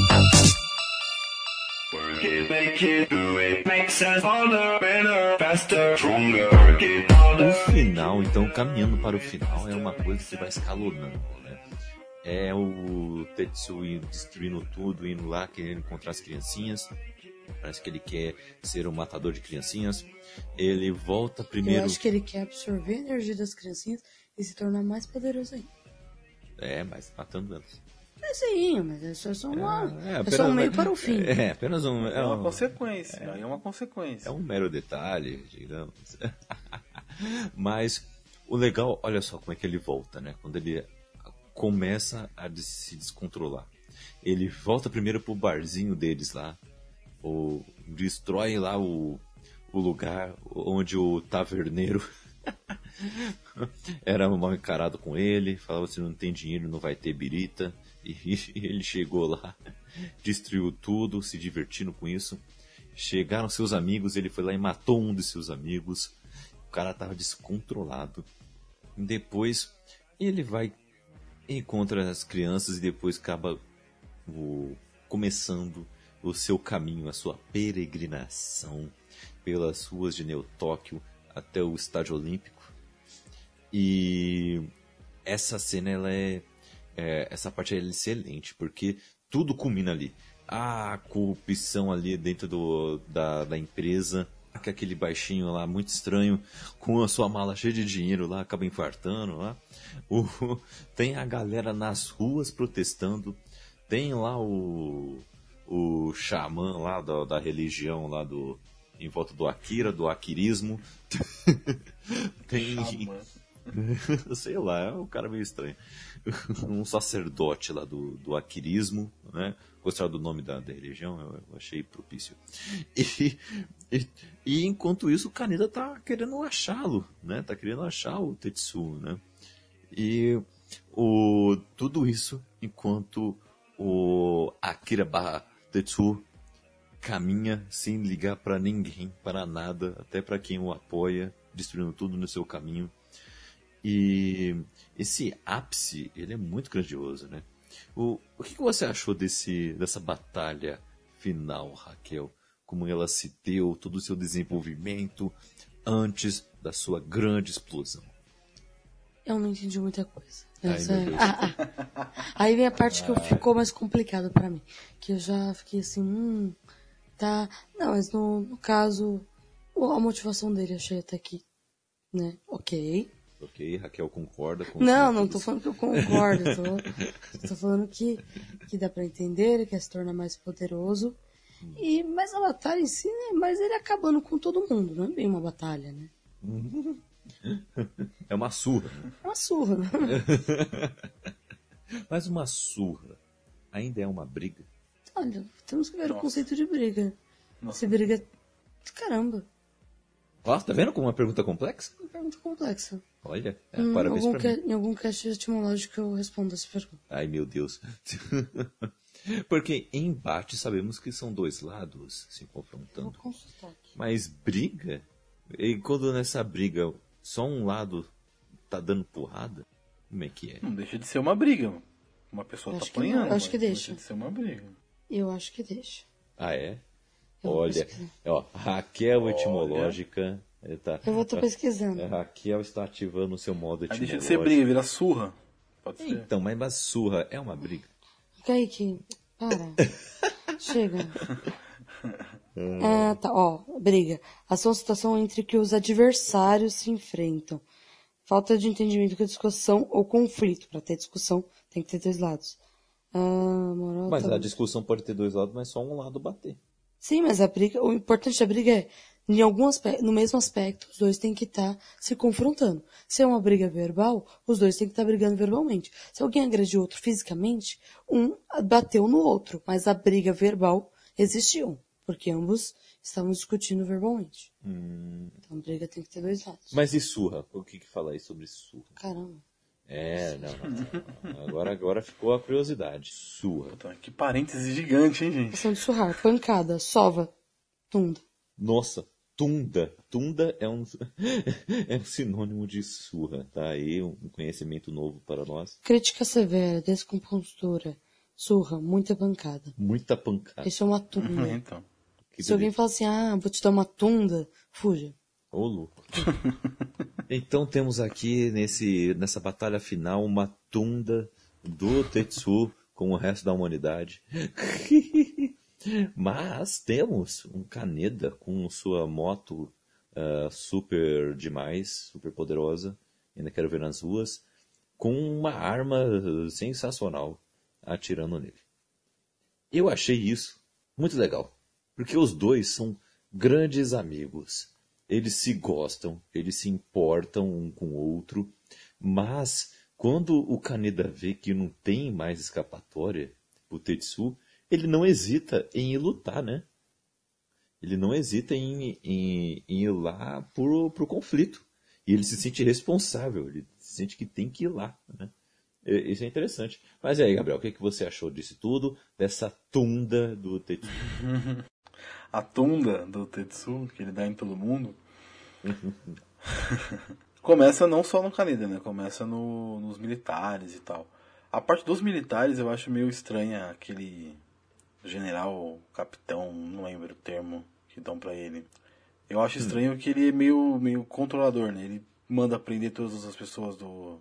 Work it, make it, do it, makes us harder, better, faster, stronger. Work it harder. O final, então, caminhando para o final, é uma coisa que vai escalonando, né? É o Tetsu destruindo tudo, indo lá, querendo encontrar as criancinhas. Parece que ele quer ser um matador de criancinhas. Ele volta primeiro... Eu acho que ele quer absorver a energia das criancinhas e se tornar mais poderoso ainda. Mas matando elas. Sim, mas é só uma... É só um meio para o fim. É apenas um... É uma consequência, é uma consequência. É um mero detalhe, digamos. Mas o legal, olha só como é que ele volta, né? Quando ele começa a se descontrolar. Ele volta primeiro pro barzinho deles lá, destrói lá o lugar onde o taverneiro era mal encarado com ele, falava: se não tem dinheiro não vai ter birita, e ele chegou lá, destruiu tudo, se divertindo com isso. Chegaram seus amigos, ele foi lá e matou um de seus amigos. O cara tava descontrolado. Depois ele vai, encontra as crianças e depois acaba começando o seu caminho, a sua peregrinação pelas ruas de Neo Tóquio até o Estádio Olímpico. E essa cena, essa parte é excelente, porque tudo culmina ali. A corrupção ali dentro da empresa, que aquele baixinho lá, muito estranho, com a sua mala cheia de dinheiro lá, acaba infartando lá. Tem a galera nas ruas protestando. Tem lá o o xamã lá da religião lá em volta do Akira, do Akirismo. Tem, Xamã. sei lá, é um cara meio estranho. Um sacerdote lá do Akirismo, né? Gostava do nome da religião, eu achei propício. E enquanto isso, o Kaneda tá querendo achá-lo, né? Tá querendo achar o Tetsuo, né? E tudo isso enquanto o Akira barra Tetsuo caminha sem ligar pra ninguém, para nada, até pra quem o apoia, destruindo tudo no seu caminho. E esse ápice, ele é muito grandioso, né? O que você achou dessa batalha final, Raquel? Como ela se deu, todo o seu desenvolvimento antes da sua grande explosão? Eu não entendi muita coisa. Ai, meu Deus. Aí vem a parte que ficou mais complicada pra mim. Que eu já fiquei assim, tá. Não, mas no caso, a motivação dele achei até que, né, ok. Ok, Raquel concorda com Não tô falando que eu concordo. Tô falando que dá pra entender, ele quer se tornar mais poderoso. Mas a batalha em si, né, mas ele acabando com todo mundo, não é bem uma batalha, né? É uma surra, né? É uma surra, né? Mas uma surra ainda é uma briga? Olha, temos que ver o Nossa. conceito de briga. Nossa. Se briga. Caramba, Ó, tá vendo como é uma pergunta complexa? uma pergunta complexa. Olha, parabéns pra mim. Em algum cast etimológico eu respondo essa pergunta. Ai, meu Deus. Porque em embate sabemos que são dois lados se Vou confrontando. consultar aqui. Mas briga? E quando nessa briga só um lado tá dando porrada? Como é que é? Não deixa de ser uma briga, mano. Uma pessoa Eu tá acho que não, apanhando. eu acho que mas deixa. Não deixa de ser uma briga. Eu acho que deixa. Ah, é? Eu vou Olha, pesquisar. ó, Raquel etimológica. Tá, Eu vou estar pesquisando. Raquel está ativando o seu modo Aí etimológico. deixa de ser briga, vira surra. Pode ser. Então, mas surra é uma briga? Kaique, para. Chega. Ah, tá, ó, briga. Ação ou situação entre que os adversários se enfrentam. Falta de entendimento com a discussão ou conflito. Para ter discussão, tem que ter dois lados. Moral, Mas tá... a discussão pode ter dois lados, mas só um lado bater. Sim, mas a briga, o importante da briga é, em algum aspecto, no mesmo aspecto, os dois têm que estar se confrontando. Se é uma briga verbal, os dois têm que estar brigando verbalmente. Se alguém agrediu o outro fisicamente, um bateu no outro, mas a briga verbal existiu, porque ambos estavam discutindo verbalmente. Então a briga tem que ter dois lados. Mas e surra? O que fala aí sobre surra? Caramba. Não. Agora ficou a curiosidade. Surra. Puta, que parêntese gigante, hein, gente? Ação de surrar, pancada, sova, tunda. Nossa, tunda. Tunda é um, é um sinônimo de surra. Tá aí um conhecimento novo para nós. Crítica severa, descompostura, surra, muita pancada. Muita pancada. Isso é uma tunda. Então. Que Se alguém delícia. fala assim, vou te dar uma tunda, fuja. Ô, louco. Então temos aqui nessa batalha final uma tunda do Tetsuo com o resto da humanidade. Mas temos um Kaneda com sua moto super demais, super poderosa, ainda quero ver nas ruas, com uma arma sensacional atirando nele. Eu achei isso muito legal, porque os dois são grandes amigos. Eles se gostam, eles se importam um com o outro, mas quando o Kaneda vê que não tem mais escapatória pro Tetsuo, ele não hesita em ir lutar, né? Ele não hesita em ir lá pro conflito. E ele se sente responsável, ele se sente que tem que ir lá, né? Isso é interessante. Mas e aí, Gabriel, o que você achou disso tudo, dessa tunda do Tetsuo? A tunda do Tetsuo, que ele dá em todo mundo, começa não só no Kaneda, né? Começa nos militares e tal. A parte dos militares eu acho meio estranha, aquele general, capitão, não lembro o termo que dão pra ele. Eu acho estranho que ele é meio controlador, né? Ele manda prender todas as pessoas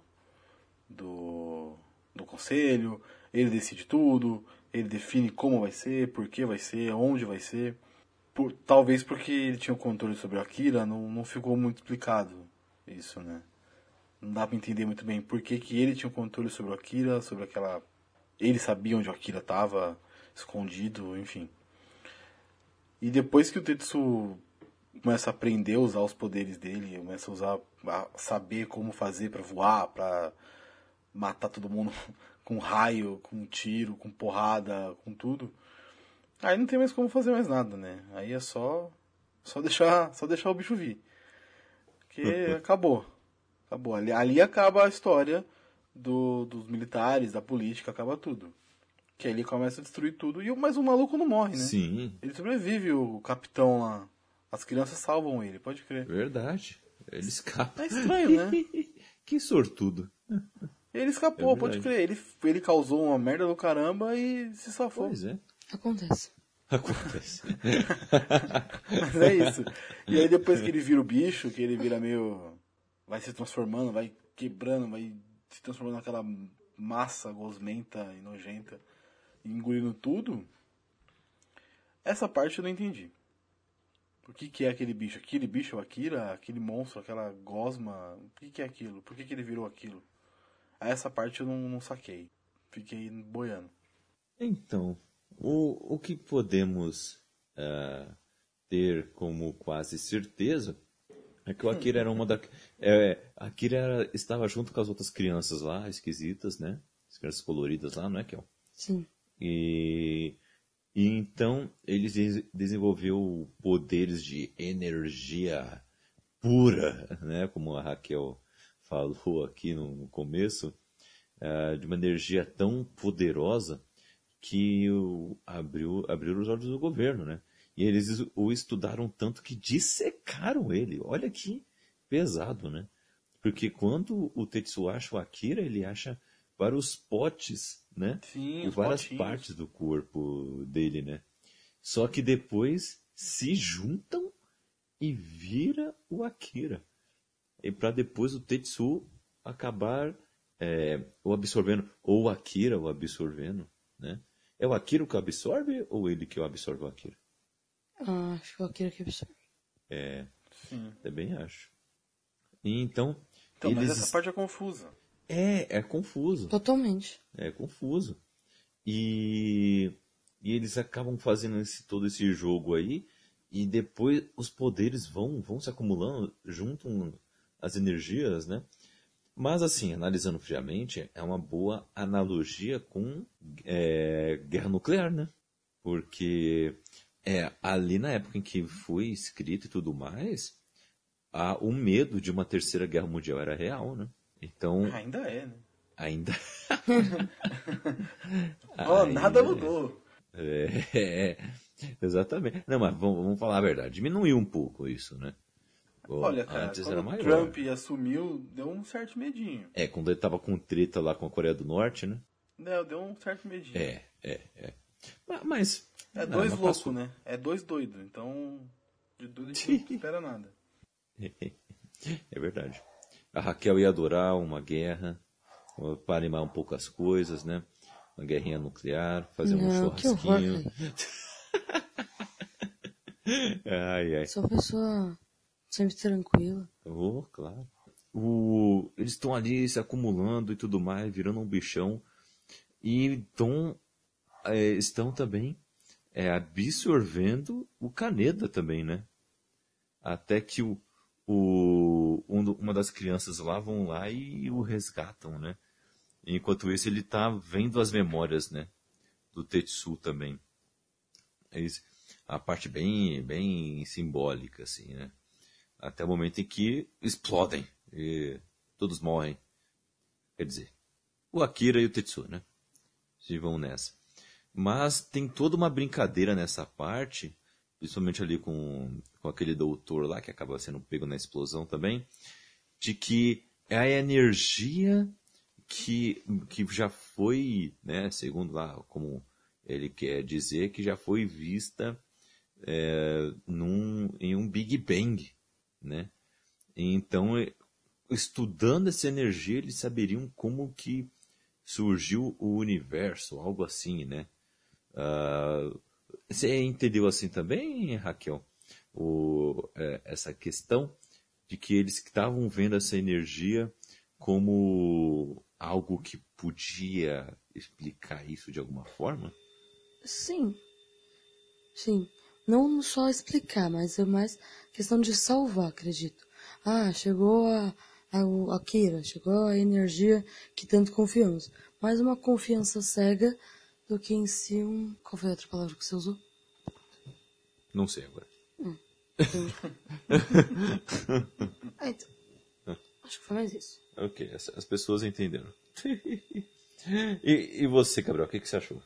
do conselho, ele decide tudo, ele define como vai ser, por que vai ser, onde vai ser. Talvez porque ele tinha o controle sobre o Akira, não ficou muito explicado isso, né? Não dá pra entender muito bem por que ele tinha o controle sobre o Akira, sobre aquela... Ele sabia onde o Akira tava, escondido, enfim. E depois que o Tetsu começa a aprender a usar os poderes dele, começa a saber como fazer pra voar, pra matar todo mundo com raio, com tiro, com porrada, com tudo. Aí não tem mais como fazer mais nada, né? Aí é só deixar o bicho vir. Porque acabou. Acabou. Ali acaba a história dos militares, da política, acaba tudo. Que aí ele começa a destruir tudo. Mas o maluco não morre, né? Sim, Ele sobrevive, o capitão lá. As crianças salvam ele, pode crer. verdade. Ele escapa. É estranho, né? Que sortudo. Ele escapou, É pode verdade. crer. Ele causou uma merda do caramba e se safou. Pois é. Acontece. Acontece. Mas é isso. E aí depois que ele vira o bicho, que ele vira meio... Vai se transformando, vai quebrando, vai se transformando naquela massa gosmenta e nojenta, e engolindo tudo. Essa parte eu não entendi. O que é aquele bicho? Aquele bicho, Akira? Aquele monstro, aquela gosma? O que é aquilo? Por que ele virou aquilo? Essa parte eu não saquei. Fiquei boiando. Então, o que podemos ter como quase certeza é que o Akira era uma da. Akira estava junto com as outras crianças lá, esquisitas, né? As crianças coloridas lá, não é, Kel? Sim. E então ele desenvolveu poderes de energia pura, né? Como a Raquel falou aqui no começo, de uma energia tão poderosa que abriu os olhos do governo, né? E eles o estudaram tanto que dissecaram ele. Olha que pesado, né? Porque quando o Tetsuo acha o Akira, ele acha vários potes, né? Sim, Por os várias potinhos. partes do corpo dele, né? Só que depois se juntam e vira o Akira. E para depois o Tetsuo acabar o absorvendo, ou o Akira o absorvendo, né? É o Akira que o absorve ou ele que o absorve o Akira? Acho que o Akira que absorve. Sim. Também acho. E então, Então, mas eles... essa parte é confusa. É confuso. Totalmente. É confuso. E eles acabam fazendo todo esse jogo aí, e depois os poderes vão se acumulando, juntam as energias, né? Mas assim, analisando friamente, é uma boa analogia com guerra nuclear, né? Porque ali na época em que foi escrito e tudo mais, o medo de uma terceira guerra mundial era real, né? Então, Ainda é, né? ainda... Nada mudou. Exatamente. Não, mas vamos falar a verdade. Diminuiu um pouco isso, né? Olha, cara, Antes quando era o maior. Trump assumiu, deu um certo medinho. Quando ele tava com treta lá com a Coreia do Norte, né? Deu um certo medinho. Mas... É não, dois mas loucos, passou. né? É dois doidos. Então, de doido a gente não espera nada. É verdade. A Raquel ia adorar uma guerra para animar um pouco as coisas, né? Uma guerrinha nuclear, fazer um Não, que horror, churrasquinho. Ai. Sou uma pessoa sempre tranquila. Oh, claro. Eles estão ali se acumulando e tudo mais, virando um bichão. E estão também absorvendo o Kaneda também, né? Até que uma das crianças lá vão lá e o resgatam, né? Enquanto isso, ele tá vendo as memórias, né? Do Tetsu também. A parte bem, bem simbólica, assim, né? Até o momento em que explodem e todos morrem. Quer dizer, o Akira e o Tetsu, né? Se vão nessa. Mas tem toda uma brincadeira nessa parte, principalmente ali com aquele doutor lá, que acaba sendo pego na explosão também, de que é a energia que já foi, né, segundo lá, como ele quer dizer, que já foi vista em um Big Bang, né? Então, estudando essa energia, eles saberiam como que surgiu o universo, algo assim, né? Você entendeu assim também, Raquel? Essa questão de que eles estavam vendo essa energia como algo que podia explicar isso de alguma forma? Sim. Sim. Não só explicar, mas é mais questão de salvar, acredito. Ah, chegou a Kira, chegou a energia que tanto confiamos. Mais uma confiança cega do que em si um... Qual foi a outra palavra que você usou? Não sei agora. Então, acho que foi mais isso. Ok, as pessoas entenderam. E você, Gabriel, o que você achou?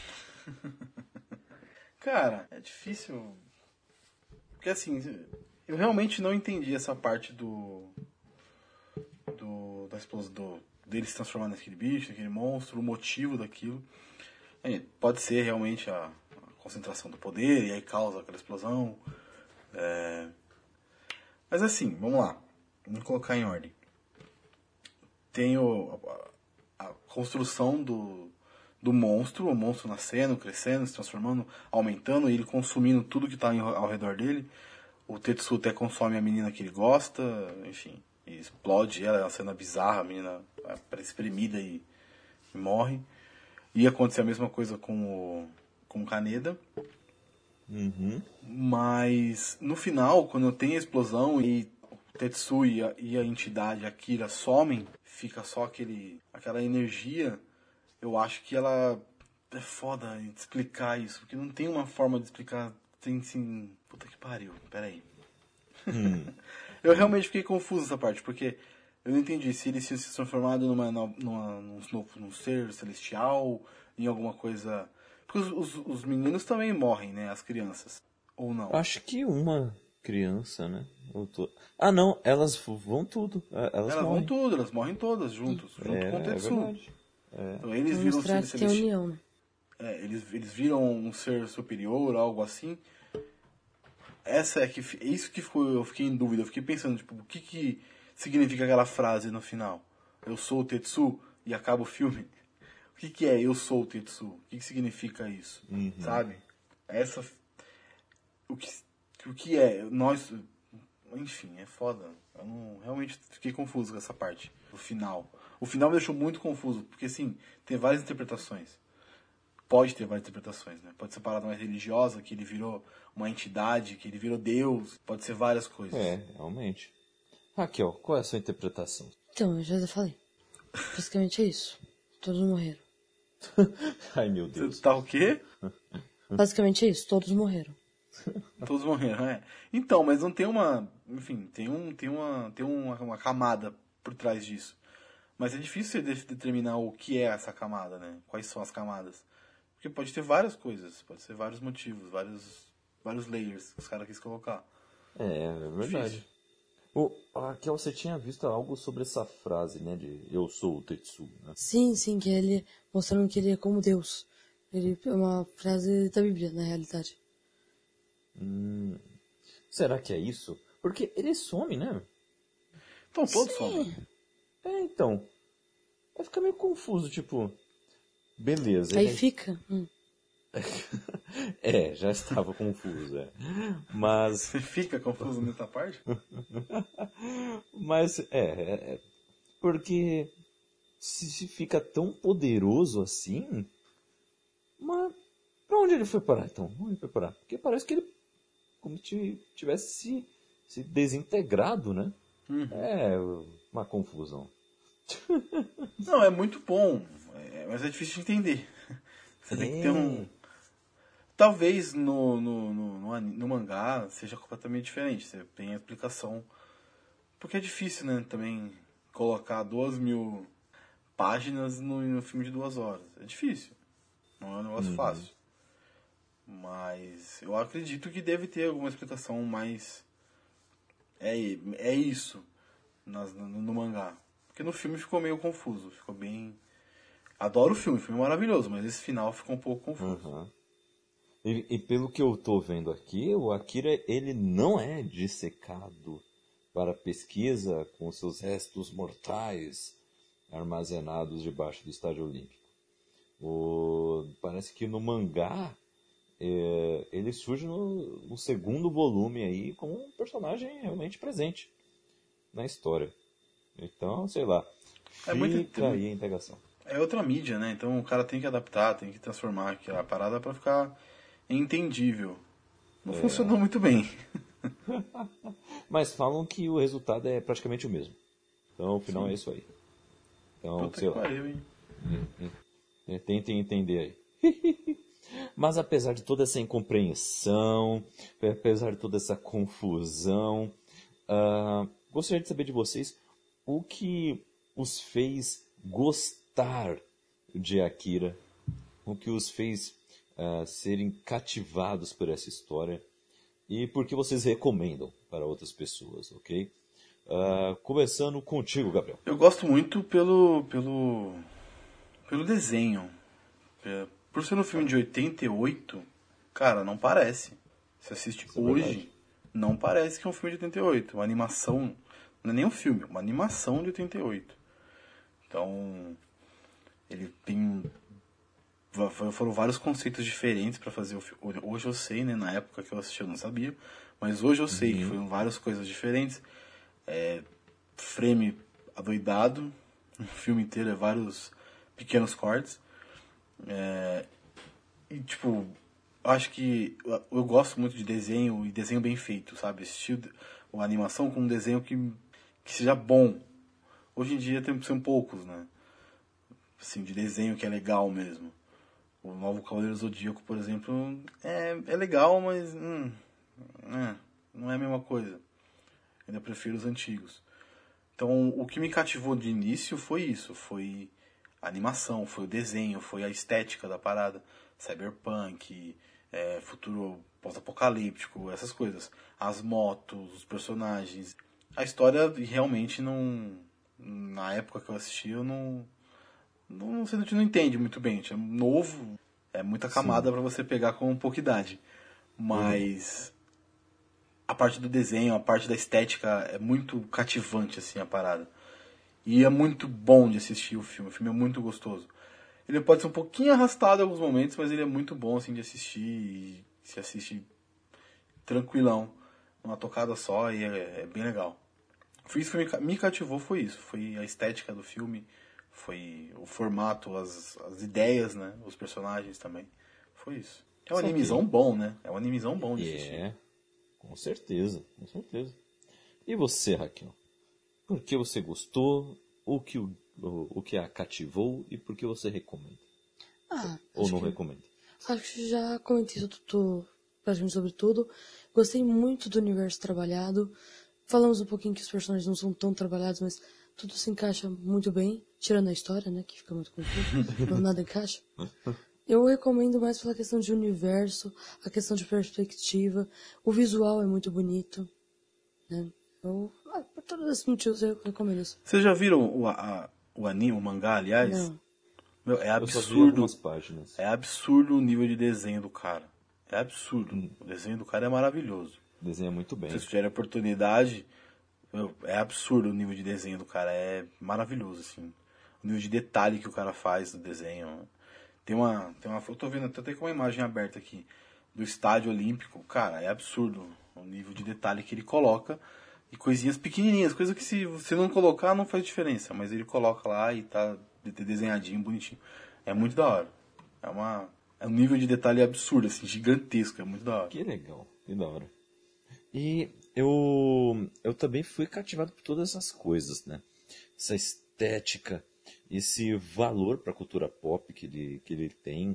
Cara, é difícil. Porque assim, eu realmente não entendi essa parte da explosão dele se transformar naquele bicho, naquele monstro, o motivo daquilo. Pode ser realmente a concentração do poder e aí causa aquela explosão. Mas assim, vamos lá. Vamos colocar em ordem. Tem a construção do monstro, o monstro nascendo, crescendo, se transformando, aumentando, e ele consumindo tudo que está ao redor dele. O Tetsu até consome a menina que ele gosta, enfim, e explode ela, é uma cena bizarra, a menina parece espremida e morre. Ia acontecer a mesma coisa com o Kaneda. Mas no final, quando tem a explosão e o Tetsu e a entidade, a Kira, somem, fica só aquela energia. Eu acho que ela é foda de explicar isso, porque não tem uma forma de explicar. Tem assim. Puta que pariu, peraí. Eu realmente fiquei confuso nessa parte, porque eu não entendi se ele tinha se transformado num ser celestial, em alguma coisa. Porque os meninos também morrem, né? As crianças. Ou não? Acho que uma criança, né? Ah, não, elas vão tudo. Elas Elas morrem. vão tudo, elas morrem todas junto com o Tetsu. verdade. Então eles Pra viram um mostrar ser que tem celestial. união, né? Eles viram um ser superior, algo assim. Isso que eu fiquei em dúvida. Eu fiquei pensando, tipo, o que significa aquela frase no final? Eu sou o Tetsu e acaba o filme. O que é eu sou o Tetsu? O que significa isso? Sabe? O que é? Nós... Enfim, é foda. Realmente fiquei confuso com essa parte. O final. O final me deixou muito confuso, porque assim, tem várias interpretações. Pode ter várias interpretações, né? Pode ser parada mais religiosa, que ele virou uma entidade, que ele virou Deus. Pode ser várias coisas. Realmente. Raquel, qual é a sua interpretação? Então, eu já falei. Basicamente é isso. Todos morreram. Ai, meu Deus. Tá o quê? Basicamente é isso. Todos morreram. Todos morreram, Então, mas não tem uma... Enfim, tem uma camada por trás disso. Mas é difícil você determinar o que é essa camada, né? Quais são as camadas. Porque pode ter várias coisas, pode ser vários motivos, vários layers que os caras quis colocar. É verdade. Raquel, você tinha visto algo sobre essa frase, né? De eu sou o Tetsu, né? Sim, que ele... Mostrando que ele é como Deus. Ele é uma frase da Bíblia, na realidade. Será que é isso? Porque ele some, né? Então, todos somem. Então. Vai ficar meio confuso, tipo... Beleza. Aí fica... Já estava confuso, Mas... Você fica confuso nessa parte? Mas, porque se fica tão poderoso assim, mas pra onde ele foi parar, então? Onde ele foi parar? Porque parece que ele como se tivesse se desintegrado, né? É uma confusão. Não, é muito bom, mas é difícil de entender. Você tem que ter um... Talvez no mangá seja completamente diferente. Você tem a explicação. Porque é difícil, né? Também colocar 2.000 páginas no filme de 2 horas. É difícil. Não é um negócio fácil. Mas eu acredito que deve ter alguma explicação mais... É isso no mangá. Porque no filme ficou meio confuso. Ficou bem... Adoro o filme é maravilhoso, mas esse final ficou um pouco confuso. E pelo que eu tô vendo aqui, o Akira, ele não é dissecado para pesquisa com seus restos mortais armazenados debaixo do Estádio Olímpico. Parece que no mangá ele surge no segundo volume aí como um personagem realmente presente na história. Então, sei lá, fica aí a integração. é outra mídia, né? Então o cara tem que adaptar, tem que transformar aquela parada pra ficar entendível. Não funcionou muito bem. Mas falam que o resultado é praticamente o mesmo. Então, o final é isso aí. Então, Puta sei que lá. pariu, hein? Tentem entender aí. Mas apesar de toda essa incompreensão, apesar de toda essa confusão, gostaria de saber de vocês o que os fez gostar de Akira, o que os fez serem cativados por essa história e por que vocês recomendam para outras pessoas, ok? Começando contigo, Gabriel. Eu gosto muito pelo desenho. Por ser um filme de 88, cara, não parece. Se assiste hoje, não parece que é um filme de 88. Uma animação, não é nem um filme, é uma animação de 88. Então, ele tem... Foram vários conceitos diferentes para fazer o filme. Hoje eu sei, né? Na época que eu assisti eu não sabia. Mas hoje eu sei que foram várias coisas diferentes. Frame adoidado. O filme inteiro é vários pequenos cortes. E tipo, acho que eu gosto muito de desenho e desenho bem feito, sabe? Assistir uma animação com um desenho que seja bom. Hoje em dia são poucos, né? Assim, de desenho que é legal mesmo. O novo Cavaleiro Zodíaco, por exemplo, é legal, mas não é a mesma coisa. Ainda prefiro os antigos. Então, o que me cativou de início foi isso. Foi a animação, foi o desenho, foi a estética da parada. Cyberpunk, futuro pós-apocalíptico, essas coisas. As motos, os personagens. A história realmente não... Na época que eu assisti, eu não... Você não entende muito bem. É novo, é muita camada para você pegar com pouca idade. Mas a parte do desenho, a parte da estética é muito cativante, assim, a parada. E é muito bom de assistir o filme. O filme é muito gostoso. Ele pode ser um pouquinho arrastado em alguns momentos, mas ele é muito bom, assim, de assistir. E se assiste tranquilão, numa tocada só, e é bem legal. Isso que me cativou foi isso. Foi a estética do filme. Foi o formato, as ideias, né? Os personagens também. Foi isso. É um animizão bom, né? É um animizão bom de assistir. Com certeza, com certeza. E você, Raquel? Por que você gostou? O que a cativou e por que você recomenda? Ou não recomenda? Acho que já comentei tudo, praticamente sobre tudo. Gostei muito do universo trabalhado. Falamos um pouquinho que os personagens não são tão trabalhados, mas tudo se encaixa muito bem, tirando a história, né, que fica muito confuso, nada encaixa. Eu recomendo mais pela questão de universo, a questão de perspectiva, o visual é muito bonito, né. Por todos esses motivos eu recomendo isso. Vocês já viram o anime, o mangá, aliás? Não. Meu, é Eu só vi absurdo. algumas páginas. É absurdo o nível de desenho do cara. É absurdo. O desenho do cara é maravilhoso. Desenha muito bem. Se vocês tiverem oportunidade, é absurdo o nível de desenho do cara. É maravilhoso, assim. O nível de detalhe que o cara faz no desenho. Tem uma eu tô vendo até com uma imagem aberta aqui do estádio olímpico. Cara, é absurdo o nível de detalhe que ele coloca. E coisinhas pequenininhas, coisa que se você não colocar não faz diferença. Mas ele coloca lá e tá desenhadinho, bonitinho. É muito da hora. É um nível de detalhe absurdo, assim, gigantesco. É muito da hora. Que legal, que da hora. E eu também fui cativado por todas essas coisas, né? Essa estética, esse valor para a cultura pop que ele tem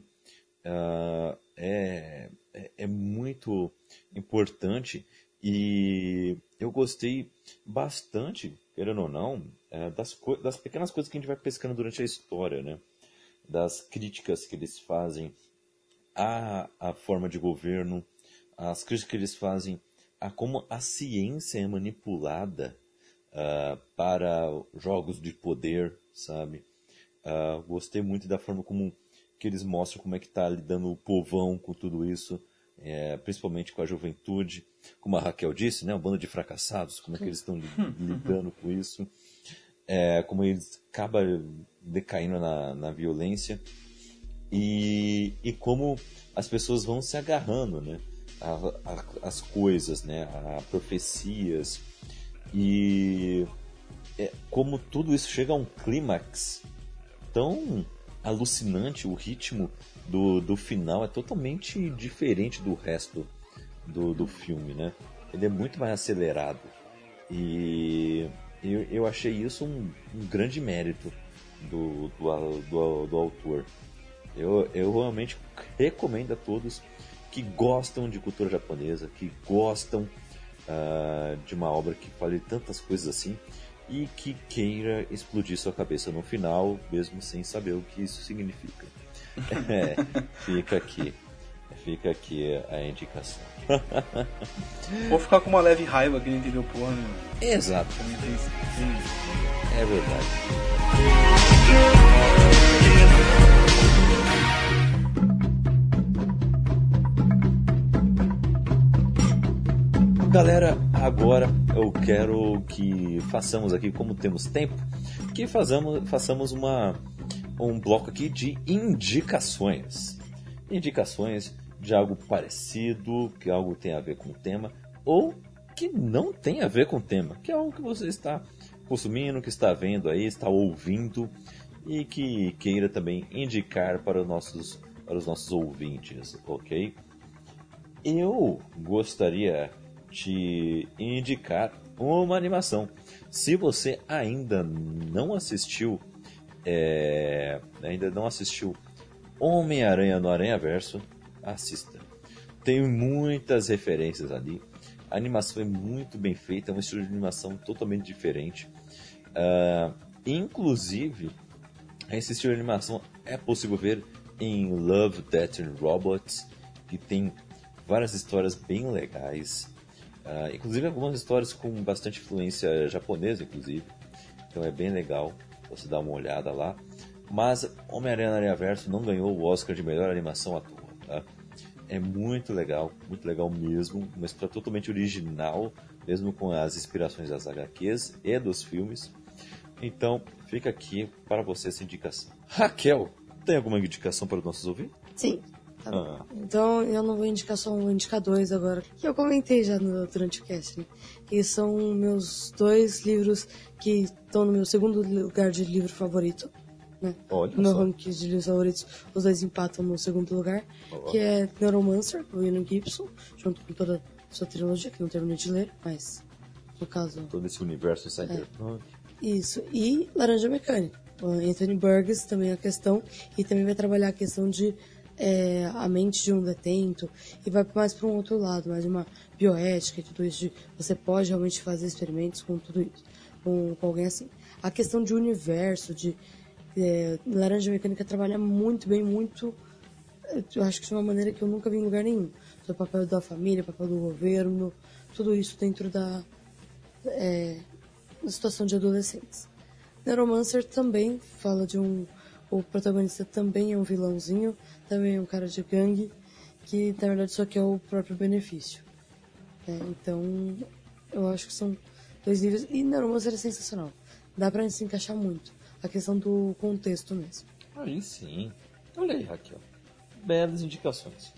é muito importante. E eu gostei bastante, querendo ou não, das pequenas coisas que a gente vai pescando durante a história, né? Das críticas que eles fazem à forma de governo, as críticas que eles fazem a como a ciência é manipulada para jogos de poder, sabe? Gostei muito da forma como que eles mostram como é que está lidando o povão com tudo isso. Principalmente com a juventude, como a Raquel disse, né, um bando de fracassados, como é que eles estão lidando com isso, como eles acabam decaindo na violência e como as pessoas vão se agarrando, né, às coisas, né, a profecias e como tudo isso chega a um clímax tão alucinante, o ritmo do final é totalmente diferente do resto do filme, né? Ele é muito mais acelerado. E eu achei isso um grande mérito do autor. Eu realmente recomendo a todos que gostam de cultura japonesa, que gostam de uma obra que fale tantas coisas assim e que queira explodir sua cabeça no final, mesmo sem saber o que isso significa. Fica aqui a indicação. Ou ficar com uma leve raiva que não entendeu porra nenhuma. Exato. Também tem isso. É verdade. Galera, agora eu quero que façamos aqui, como temos tempo, que façamos um bloco aqui de indicações. Indicações de algo parecido, que algo tem a ver com o tema, ou que não tem a ver com o tema, que é algo que você está consumindo, que está vendo aí, está ouvindo e que queira também indicar para os nossos ouvintes, ok? Eu gostaria de indicar uma animação. Se você ainda não assistiu Homem-Aranha no Aranhaverso, assista. Tem muitas referências ali. A animação é muito bem feita, é um estilo de animação totalmente diferente. Inclusive, esse estilo de animação é possível ver em Love, Death and Robots, que tem várias histórias bem legais. Inclusive algumas histórias com bastante influência japonesa, inclusive. Então é bem legal você dar uma olhada lá. Mas Homem-Aranha no Aranhaverso não ganhou o Oscar de melhor animação à toa, tá? É muito legal mesmo. Uma história totalmente original, mesmo com as inspirações das HQs e dos filmes. Então fica aqui para você essa indicação. Raquel, tem alguma indicação para os nossos ouvintes? Sim. Tá bom. Então eu não vou indicar só um, vou indicar dois agora. Que eu comentei já durante o cast, né? Que são meus dois livros que estão no meu segundo lugar de livro favorito. Né? Olha No meu só. ranking de livros favoritos, os dois empatam no segundo lugar. Que é Neuromancer, do William Gibson, junto com toda a sua trilogia, que não terminei de ler, mas no caso... Todo esse universo cyberpunk. Isso. E Laranja Mecânica. O Anthony Burgess também é a questão, e também vai trabalhar a questão de a mente de um detento, e vai mais para um outro lado, mais uma bioética e tudo isso, de você pode realmente fazer experimentos com tudo isso, com alguém assim. A questão de universo, de Laranja Mecânica trabalha muito bem, eu acho que de uma maneira que eu nunca vi em lugar nenhum. O papel da família, o papel do governo, tudo isso dentro da situação de adolescentes. Neuromancer também fala de o protagonista também é um vilãozinho, também é um cara de gangue, que na verdade só quer o próprio benefício. Então, eu acho que são dois livros, e Neuromancer é sensacional. Dá pra se encaixar muito. A questão do contexto mesmo. Aí sim. Olha aí, Raquel. Belas indicações.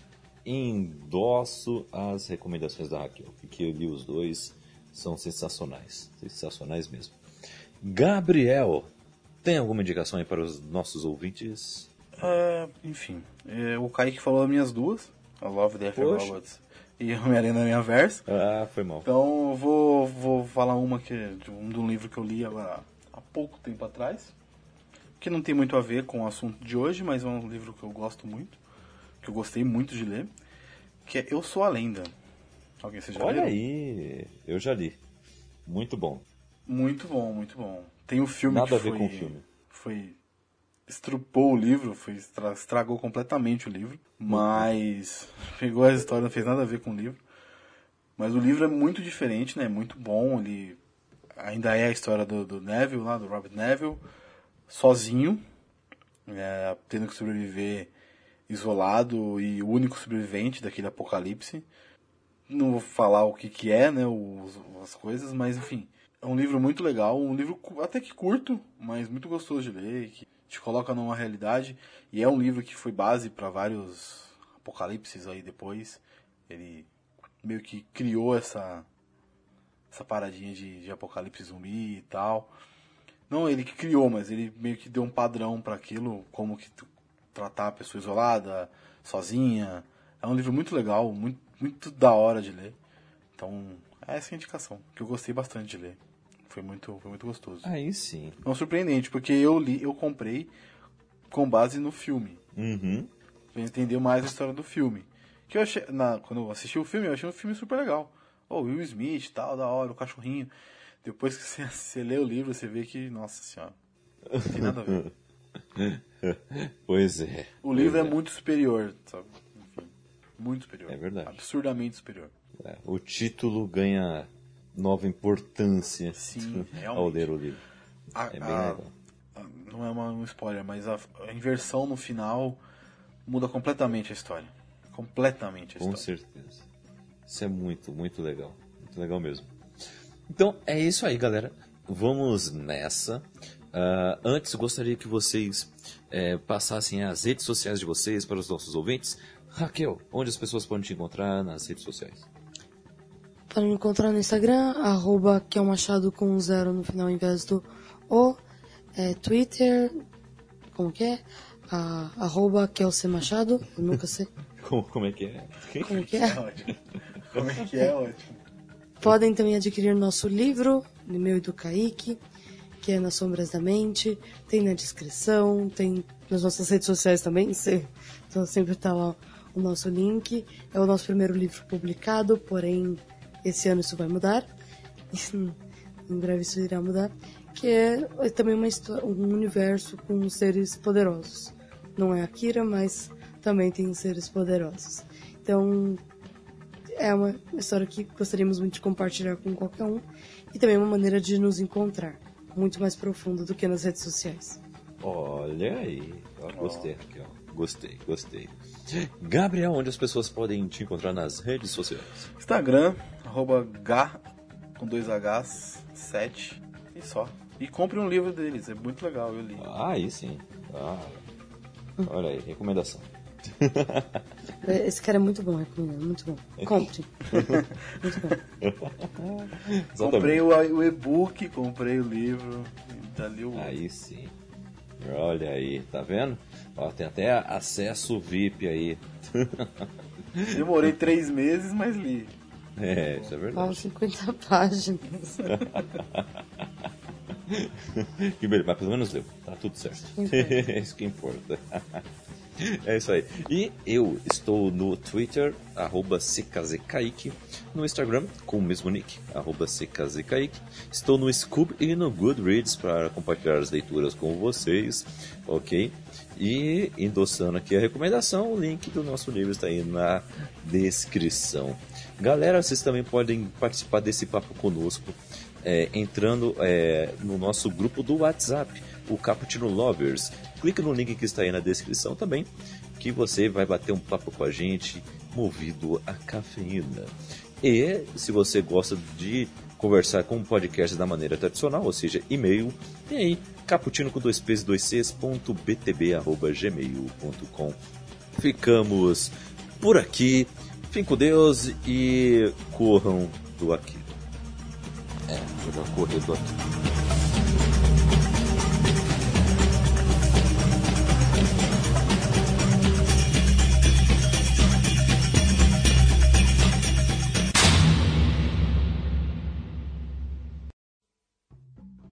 Endosso as recomendações da Raquel, porque eu li os dois, são sensacionais. Sensacionais mesmo. Gabriel, tem alguma indicação aí para os nossos ouvintes? Enfim, o Kaique falou as minhas duas, a Love, Death and Poxa. Robots e Homem-Aranha na minha verso. Foi mal. Então eu vou falar uma que é de um livro que eu li agora há pouco tempo atrás, que não tem muito a ver com o assunto de hoje, mas é um livro que eu gosto muito, que eu gostei muito de ler, que é Eu Sou a Lenda. Alguém já Olha leram? aí, eu já li. Muito bom. Muito bom, muito bom. Tem um filme Nada que a ver com o filme. Estrupou o livro, estragou completamente o livro, mas pegou a história, não fez nada a ver com o livro. Mas o livro é muito diferente, né? Muito bom. Ele ainda é a história do Neville, lá, do Robert Neville, sozinho, tendo que sobreviver isolado e o único sobrevivente daquele apocalipse. Não vou falar o que é, né? As coisas, mas enfim. É um livro muito legal, um livro até que curto, mas muito gostoso de ler, que te coloca numa realidade. E é um livro que foi base para vários apocalipses aí depois. Ele meio que criou essa paradinha de apocalipse zumbi e tal. Não ele que criou, mas ele meio que deu um padrão para aquilo, como que tratar a pessoa isolada, sozinha. É um livro muito legal, muito, muito da hora de ler. Então, essa é a indicação, que eu gostei bastante de ler. Foi muito gostoso. Aí sim. É um surpreendente, porque eu comprei com base no filme. Uhum. Pra entender mais a história do filme. Que eu achei, quando eu assisti o filme, eu achei um filme super legal. Will Smith, tal, da hora, o cachorrinho. Depois que você lê o livro, você vê que, nossa senhora, não tem nada a ver. Pois é. O livro é muito superior, sabe? Enfim, muito superior. É verdade. Absurdamente superior. O título ganha nova importância. Sim, ao ler o livro. É bem legal. Não é um spoiler, mas a inversão no final muda completamente a história. Completamente a história. Com certeza. Isso é muito, muito legal. Muito legal mesmo. Então, é isso aí, galera. Vamos nessa. Antes, gostaria que vocês passassem as redes sociais de vocês para os nossos ouvintes. Raquel, onde as pessoas podem te encontrar nas redes sociais? Podem me encontrar no Instagram, @kelmachado com 0 no final ao invés do O. Twitter, como que é? @kelcmachado, eu nunca sei. Como é que é? Como que é? Ótimo. Como é que é? Ótimo. Podem também adquirir nosso livro, do meu e do Kaique, que é Nas Sombras da Mente. Tem na descrição, tem nas nossas redes sociais também, então sempre está lá o nosso link. É o nosso primeiro livro publicado, porém esse ano isso vai mudar. Em breve isso irá mudar. Que é também um universo com seres poderosos. Não é Akira, mas também tem seres poderosos. Então, é uma história que gostaríamos muito de compartilhar com qualquer um. E também uma maneira de nos encontrar. Muito mais profundo do que nas redes sociais. Olha aí. Gostei, Raquel. Gostei. Gabriel, onde as pessoas podem te encontrar nas redes sociais? Instagram, @ga, com 2Hs, 7, e só. E compre um livro deles, é muito legal, eu li. Aí sim. Olha aí, recomendação. Esse cara é muito bom, recomendo, muito bom. Compre. Muito bom. Comprei o e-book, comprei o livro, já li o... Aí sim. Olha aí, tá vendo? Tem até acesso VIP aí. Demorei 3 meses, mas li. Isso é verdade. 50 páginas. Que beleza, mas pelo menos leu, tá tudo certo. É isso que importa. É isso aí. E eu estou no Twitter, @ckzkaique, no Instagram, com o mesmo nick, @ckzkaique. Estou no Scoob e no Goodreads para compartilhar as leituras com vocês, ok? E endossando aqui a recomendação, o link do nosso livro está aí na descrição. Galera, vocês também podem participar desse papo conosco, entrando no nosso grupo do WhatsApp, o Cappuccino Lovers. Clique no link que está aí na descrição também, que você vai bater um papo com a gente, movido a cafeína. E se você gosta de conversar com um podcast da maneira tradicional, ou seja, e-mail, tem aí cappuccino com 2p's e 2c's.btb@gmail.com. Ficamos por aqui. Fiquem com Deus e corram do Akira. Correr do Akira.